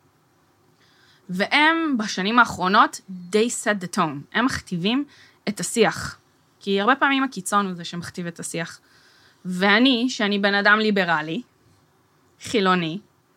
והם בשנים האחרונות, they set the tone, הם מכתיבים את השיח. כי הרבה פעמים הקיצון הוא זה שמכתיב את השיח. ואני, שאני בן אדם ליברלי, חילוני,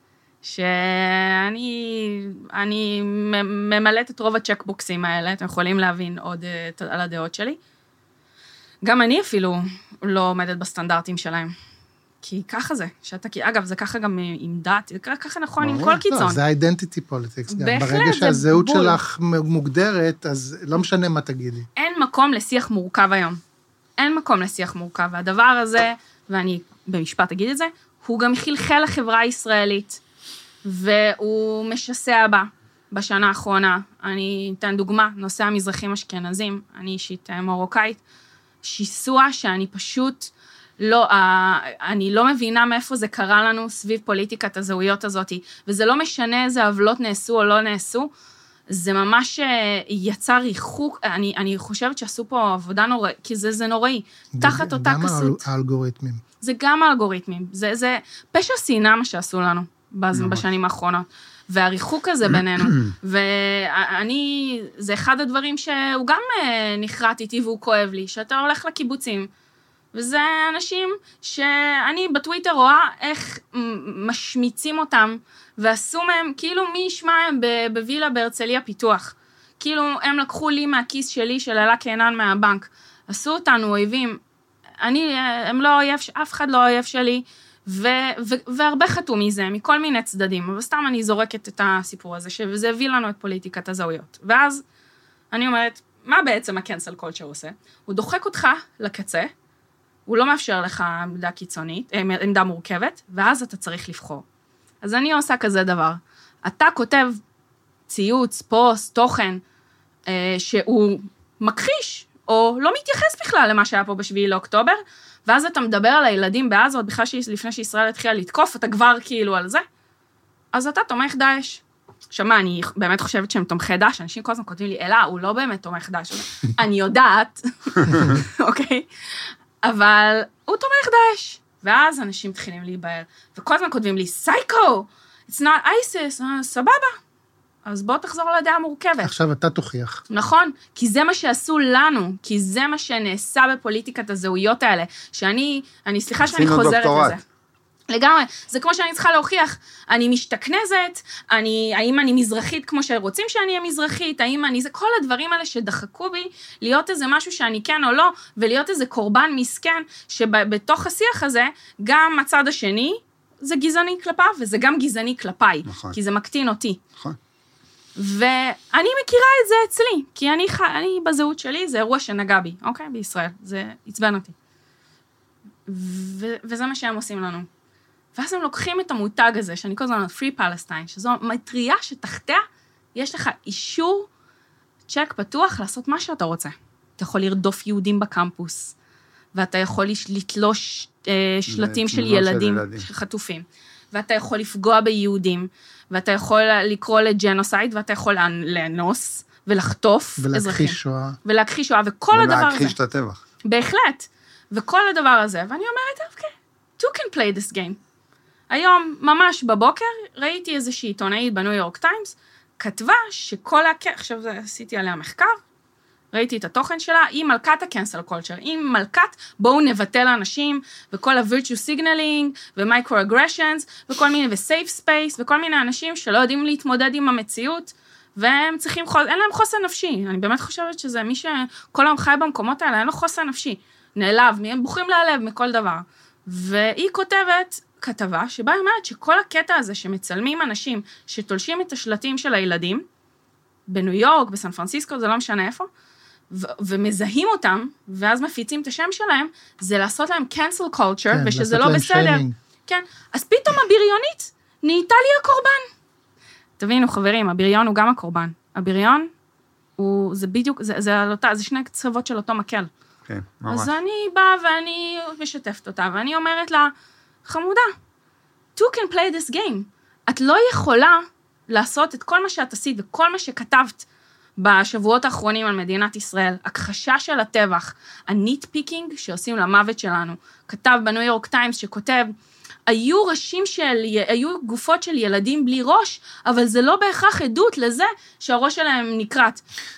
שאני ממלאת את רוב הצ'קבוקסים האלה, אתם יכולים להבין עוד על הדעות שלי. גם אני אפילו לא עומדת בסטנדרטים שלהם. כי ככה זה, אגב, זה ככה גם עם דת, זה ככה נכון עם כל קיצון. זה identity politics גם. ברגע שהזהות שלך מוגדרת, אז לא משנה מה תגידי. אין מקום לשיח מורכב היום. אין מקום לשיח מורכב, והדבר הזה, ואני במשפט אגיד את זה, הוא גם חלחל לחברה הישראלית, והוא משסע בה בשנה האחרונה. אני אתן דוגמה, נושא המזרחים אשכנזים, אני אישית מרוקאית, שיסוע שאני פשוט אני לא מבינה מאיפה זה קרה לנו סביב פוליטיקת הזהויות הזאת, וזה לא משנה איזה עוולות נעשו או לא נעשו, זה ממש יצר ריחוק, אני חושבת שעשו פה עבודה נוראית, כי זה נוראי, תחת אותה כסות. גם האלגוריתמים. זה גם האלגוריתמים, זה פשע שנאה מה שעשו לנו בשנים האחרונות, והריחוק הזה בינינו, ואני, זה אחד הדברים שהוא גם נחרט איתי והוא כואב לי, שאתה הולך לקיבוצים, וזה אנשים שאני בטוויטר רואה איך משמיצים אותם, ועשו מהם, כאילו מי ישמע הם בווילה בהרצליה פיתוח. כאילו הם לקחו לי מהכיס שלי, של אלה קינן מהבנק. עשו אותנו אויבים. הם לא אויב, אף אחד לא אויב שלי, והרבה חתום מזה, מכל מיני צדדים. אבל סתם אני זורקת את הסיפור הזה, וזה הביא לנו את פוליטיקת הזהויות. ואז אני אומרת, מה בעצם הקנסל קולצ'ר עושה? הוא דוחק אותך לקצה, הוא לא מאפשר לך עמדה קיצונית, עמדה מורכבת, ואז אתה צריך לבחור. אז אני עושה כזה דבר. אתה כותב ציוץ, פוסט, תוכן, שהוא מכחיש, או לא מתייחס בכלל למה שהיה פה ב7 לאוקטובר, ואז אתה מדבר על הילדים בעזה, עוד בכלל לפני שישראל התחילה לתקוף, אתה כבר כאילו על זה, אז אתה תומך דאעש. עכשיו מה, אני באמת חושבת שהם תומכי דאעש, אנשים כל הזמן כותבים לי, אלה, הוא לא באמת תומך דאעש, אני יודעת, אוקיי? אבל הוא תומך דאעש. ואז אנשים מתחילים להיבהל, וכל הזמן כותבים לי, סייקו, it's not ISIS, סבבה. אז בוא תחזור לדעה מורכבת. עכשיו אתה תוכיח. נכון, כי זה מה שעשו לנו, כי זה מה שנעשה בפוליטיקת הזהויות האלה, שאני סליחה שאני חוזרת לזה. לגמרי, זה כמו שאני צריכה להוכיח, אני משתכנזת, האם אני מזרחית כמו שרוצים שאני אהיה מזרחית, האם אני, זה כל הדברים האלה שדחקו בי, להיות איזה משהו שאני כן או לא, ולהיות איזה קורבן מסכן, שבתוך השיח הזה, גם הצד השני, זה גזעני כלפיו, וזה גם גזעני כלפיי, נכון. כי זה מקטין אותי. נכון. ואני מכירה את זה אצלי, כי אני בזהות שלי, זה אירוע שנגע בי, אוקיי? בישראל, זה עצבן אותי. וזה מה שהם עושים לנו. ואז הם לוקחים את המותג הזה, שאני כל הזמן Free Palestine, שזו מטריה שתחתיה יש לך אישור, צ'ק פתוח, לעשות מה שאתה רוצה. אתה יכול לרדוף יהודים בקמפוס, ואתה יכול לתלוש שלטים של ילדים חטופים, ואתה יכול לפגוע ביהודים, ואתה יכול לקרוא לג'נוסייד, ואתה יכול לאנוס ולחטוף אזרחים. ולהכחיש שואה, וכל הדבר הזה. ולהכחיש את הטבח. בהחלט. וכל הדבר הזה, ואני אומרת, אוקיי, you can play this game. היום, ממש בבוקר, ראיתי איזושהי עיתונאית בניו יורק טיימס, כתבה שכל עכשיו עשיתי עליה מחקר, ראיתי את התוכן שלה, היא מלכת הקנסל קולצ'ר, היא מלכת, בואו נבטל אנשים, וכל ה-virtue signaling, ו-microaggressions, וכל מיני, ו-safe space, וכל מיני אנשים שלא יודעים להתמודד עם המציאות, והם צריכים, אין להם חוסן נפשי, אני באמת חושבת שזה מי שכל היום חי במקומות האלה, אין לו חוסן נפשי, נעלב, הם בוחרים להלב מכל דבר, והיא כותבת כתבה, שבה היא אומרת שכל הקטע הזה שמצלמים אנשים שתולשים את השלטים של הילדים, בניו יורק, בסן פרנסיסקו, זה לא משנה איפה, ומזהים אותם, ואז מפיצים את השם שלהם, זה לעשות להם cancel culture, כן, ושזה לא בסדר. כן, אז פתאום הבריונית נהייתה לי הקורבן. תבינו, חברים, הבריון הוא גם הקורבן. הבריון זה בדיוק, זה שני קצוות של אותו מקל. כן, ממש. אז אני באה ואני משתפת אותה, ואני אומרת לה, חמודה, you can play this game. את לא יכולה לעשות את כל מה שאת עשית, וכל מה שכתבת בשבועות האחרונים על מדינת ישראל, הכחשה של הטבח, הניט פיקינג שעושים למוות שלנו, כתב בניו יורק טיימס שכותב, היו היו גופות של ילדים בלי ראש, אבל זה לא בהכרח עדות לזה שהראש שלהם נקרט.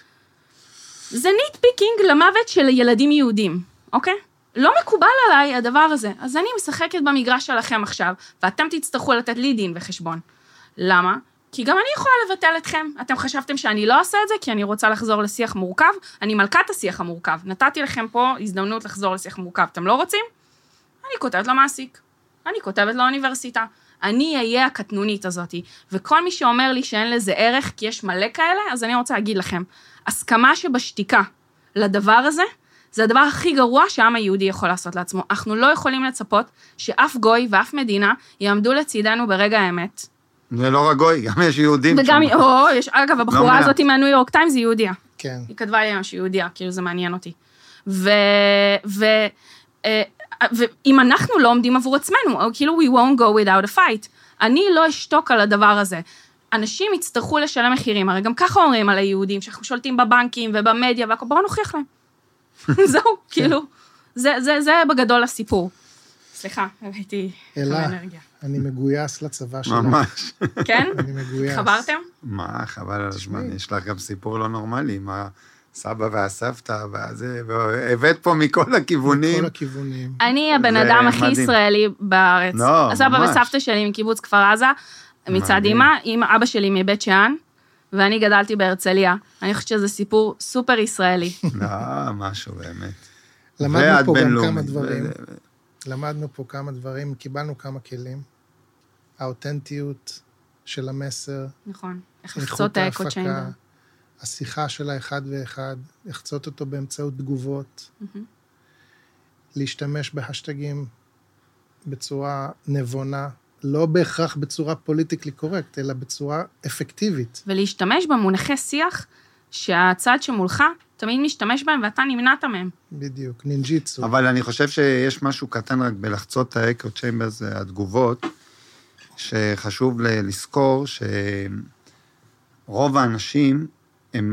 זה ניט פיקינג למוות של ילדים יהודים, אוקיי? לא מקובל עליי הדבר הזה, אז אני משחקת במגרש שלכם עכשיו, ואתם תצטרכו לתת לי דין וחשבון. למה? כי גם אני יכולה לבטל אתכם. אתם חשבתם שאני לא עושה את זה, כי אני רוצה לחזור לשיח מורכב, אני מלכת השיח המורכב. נתתי לכם פה הזדמנות לחזור לשיח מורכב. אתם לא רוצים? אני כותבת למעסיק. אני כותבת לאוניברסיטה. אני אהיה הקטנונית הזאת. וכל מי שאומר לי שאין לזה ערך, כי יש מלא כאלה, אז אני רוצה להגיד לכם, הסכמה שבשתיקה לדבר הזה, זה הדבר הכי גרוע שהעם היהודי יכול לעשות לעצמו. אנחנו לא יכולים לצפות שאף גוי ואף מדינה יעמדו לצידנו ברגע האמת. זה לא רק גוי, גם יש יהודים. וגם, יש, אגב, הבחורה הזאת מהניו יורק טיימס היא יהודיה. כן. היא כתבה לי שהיא יהודיה, כאילו זה מעניין אותי. ואם אנחנו לא עומדים עבור עצמנו, כאילו we won't go without a fight, אני לא אשתוק על הדבר הזה. אנשים יצטרכו לשלם מחירים, הרי גם ככה אומרים על היהודים, שאנחנו שולטים בבנקים ובמדיה, בואו נוכיח להם. זהו, כאילו, זה בגדול הסיפור. סליחה, הבאתי אנרגיה. אני מגויס לצבא שלך. ממש. כן? אני מגויס. חברתם? מה, חבל על הזמן, יש לך גם סיפור לא נורמלי, עם הסבא והסבתא, והבאת פה מכל הכיוונים. מכל הכיוונים. אני הבן אדם הכי ישראלי בארץ. לא, הסבא ממש. וסבתא שלי מקיבוץ כפר עזה, מצד אמא, אבא שלי מבית שאן, ואני גדלתי בהרצליה. אני חושבת שזה סיפור סופר ישראלי. לא, משהו באמת. למדנו פה גם כמה דברים. למדנו פה כמה דברים, קיבלנו כמה כלים. האותנטיות של המסר. נכון. איך לחצות את האקו צ'יינדר. השיחה של האחד ואחד, לחצות אותו באמצעות תגובות. להשתמש בהשטגים בצורה נבונה, לא בהכרח בצורה פוליטיקלי קורקט, אלא בצורה אפקטיבית. ולהשתמש במונחי שיח שהצד שמולך תמיד משתמש בהם ואתה נמנעת מהם. בדיוק, נינג'יצו. אבל אני חושב שיש משהו קטן רק בלחצות את האקו צ'יימברס, התגובות, שחשוב לזכור שרוב האנשים הם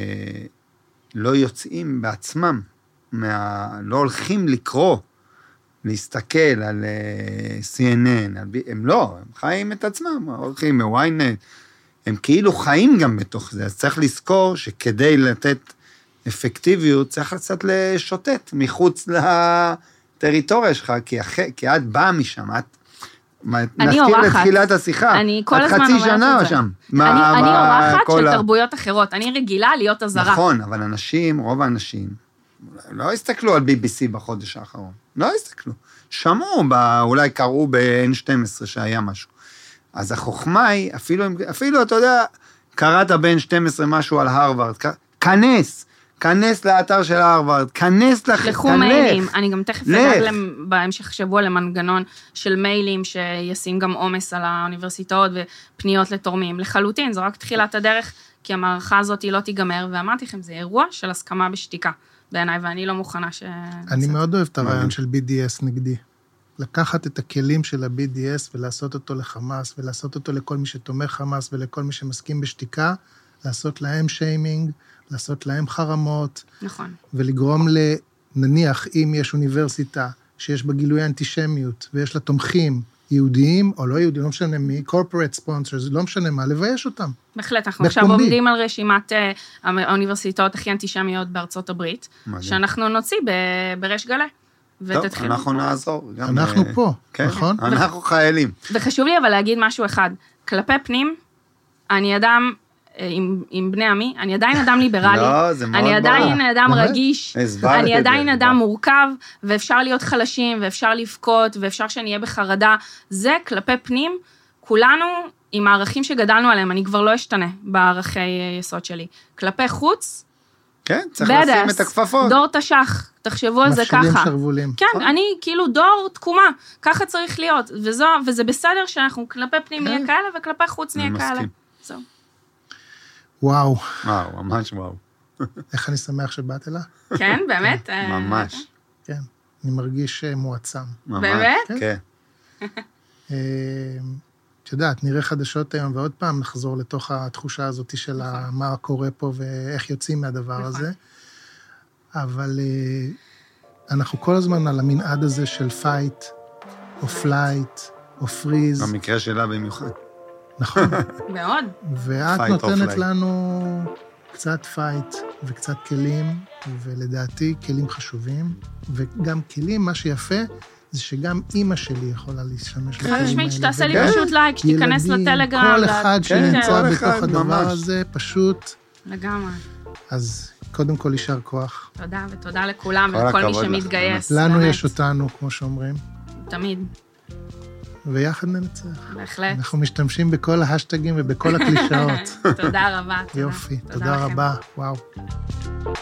לא יוצאים בעצמם, לא הולכים לקרוא, להסתכל על CNN, הם לא, הם חיים את עצמם, הולכים מוויינט, הם כאילו חיים גם בתוך זה, אז צריך לזכור שכדי לתת אפקטיביות, צריך קצת לשוטט מחוץ לטריטוריה שלך, כי את באה משם, את נזכיר לתחילת השיחה, את חצי שנה שם. אני אורחת של תרבויות אחרות, אני רגילה להיות הזרה. נכון, אבל אנשים, רוב האנשים, לא הסתכלו על BBC בחודש האחרון, לא הסתכלו. שמעו, אולי קראו ב-N12 שהיה משהו. אז החוכמה היא, אפילו אתה יודע, קראת ב-N12 משהו על הרווארד, כנס לאתר של הרווארד, כנס לכו מיילים, אני גם תכף אדאג בהמשך שבוע למנגנון של מיילים, שישים גם עומס על האוניברסיטאות ופניות לתורמים. לחלוטין, זו רק תחילת הדרך, כי המערכה הזאת היא לא תיגמר, ואמרתי לכם, זה אירוע של הסכמה בשתיקה, בעיניי, ואני לא מוכנה אני מאוד אוהב את הרעיון של BDS נגדי. לקחת את הכלים של ה-BDS ולעשות אותו לחמאס, ולעשות אותו לכל מי שתומך חמאס, ולכל מי שמסכים בשתיקה, לעשות להם שיימינג, לעשות להם חרמות. נכון. ולגרום נניח, אם יש אוניברסיטה שיש בה גילוי אנטישמיות, ויש לה תומכים יהודיים, או לא יהודיים, לא משנה מי, corporate sponsors, לא משנה מה, לבייש אותם. בהחלט, אנחנו עכשיו עומדים על רשימת האוניברסיטאות הכי אנטישמיות בארצות הברית, שאנחנו נוציא בריש גלי. טוב, אנחנו נעזור. אנחנו פה, נכון? אנחנו חיילים. וחשוב לי אבל להגיד משהו אחד, כלפי פנים, אני אדם עם בני עמי, אני עדיין אדם ליברלי, אני עדיין אדם רגיש, אני עדיין אדם מורכב, ואפשר להיות חלשים, ואפשר לבכות, ואפשר שאני אהיה בחרדה, זה כלפי פנים, כולנו עם הערכים שגדלנו עליהם, אני כבר לא אשתנה בערכי יסוד שלי. כלפי חוץ, כן, צריך לשים את הכפפות. דור תשך, תחשבו על זה ככה. מפשילים שרבולים. כן, אני כאילו דור תקומה, ככה צריך להיות, וזה בסדר שאנחנו כלפי פנים נהיה כאלה, וכלפי חוץ נהיה כאלה. זהו. וואו. וואו, ממש וואו. איך אני שמח שבאת אלה? כן, באמת. ממש. כן, אני מרגיש מועצם. באמת? כן. את יודעת, נראה חדשות היום, ועוד פעם נחזור לתוך התחושה הזאת של מה קורה פה, ואיך יוצאים מהדבר הזה. אבל אנחנו כל הזמן על המנעד הזה של fight, או flight, או freeze. במקרה שלה במיוחד. נכון. מאוד. ואת נותנת לנו קצת פייט וקצת כלים, ולדעתי כלים חשובים, וגם כלים, מה שיפה, זה שגם אימא שלי יכולה להשתמש בכלים האלה. חד שתעשה לי פשוט לייק, שתיכנס לטלגרם. כל אחד שנמצא בתוך הדבר הזה, פשוט. לגמרי. אז קודם כל יישר כוח. תודה, ותודה לכולם, ולכל מי שמתגייס. לנו יש אותנו, כמו שאומרים. תמיד. ויחד ננצח. בהחלט. אנחנו משתמשים בכל ההשטגים ובכל הקלישאות. תודה רבה. יופי, תודה רבה. וואו.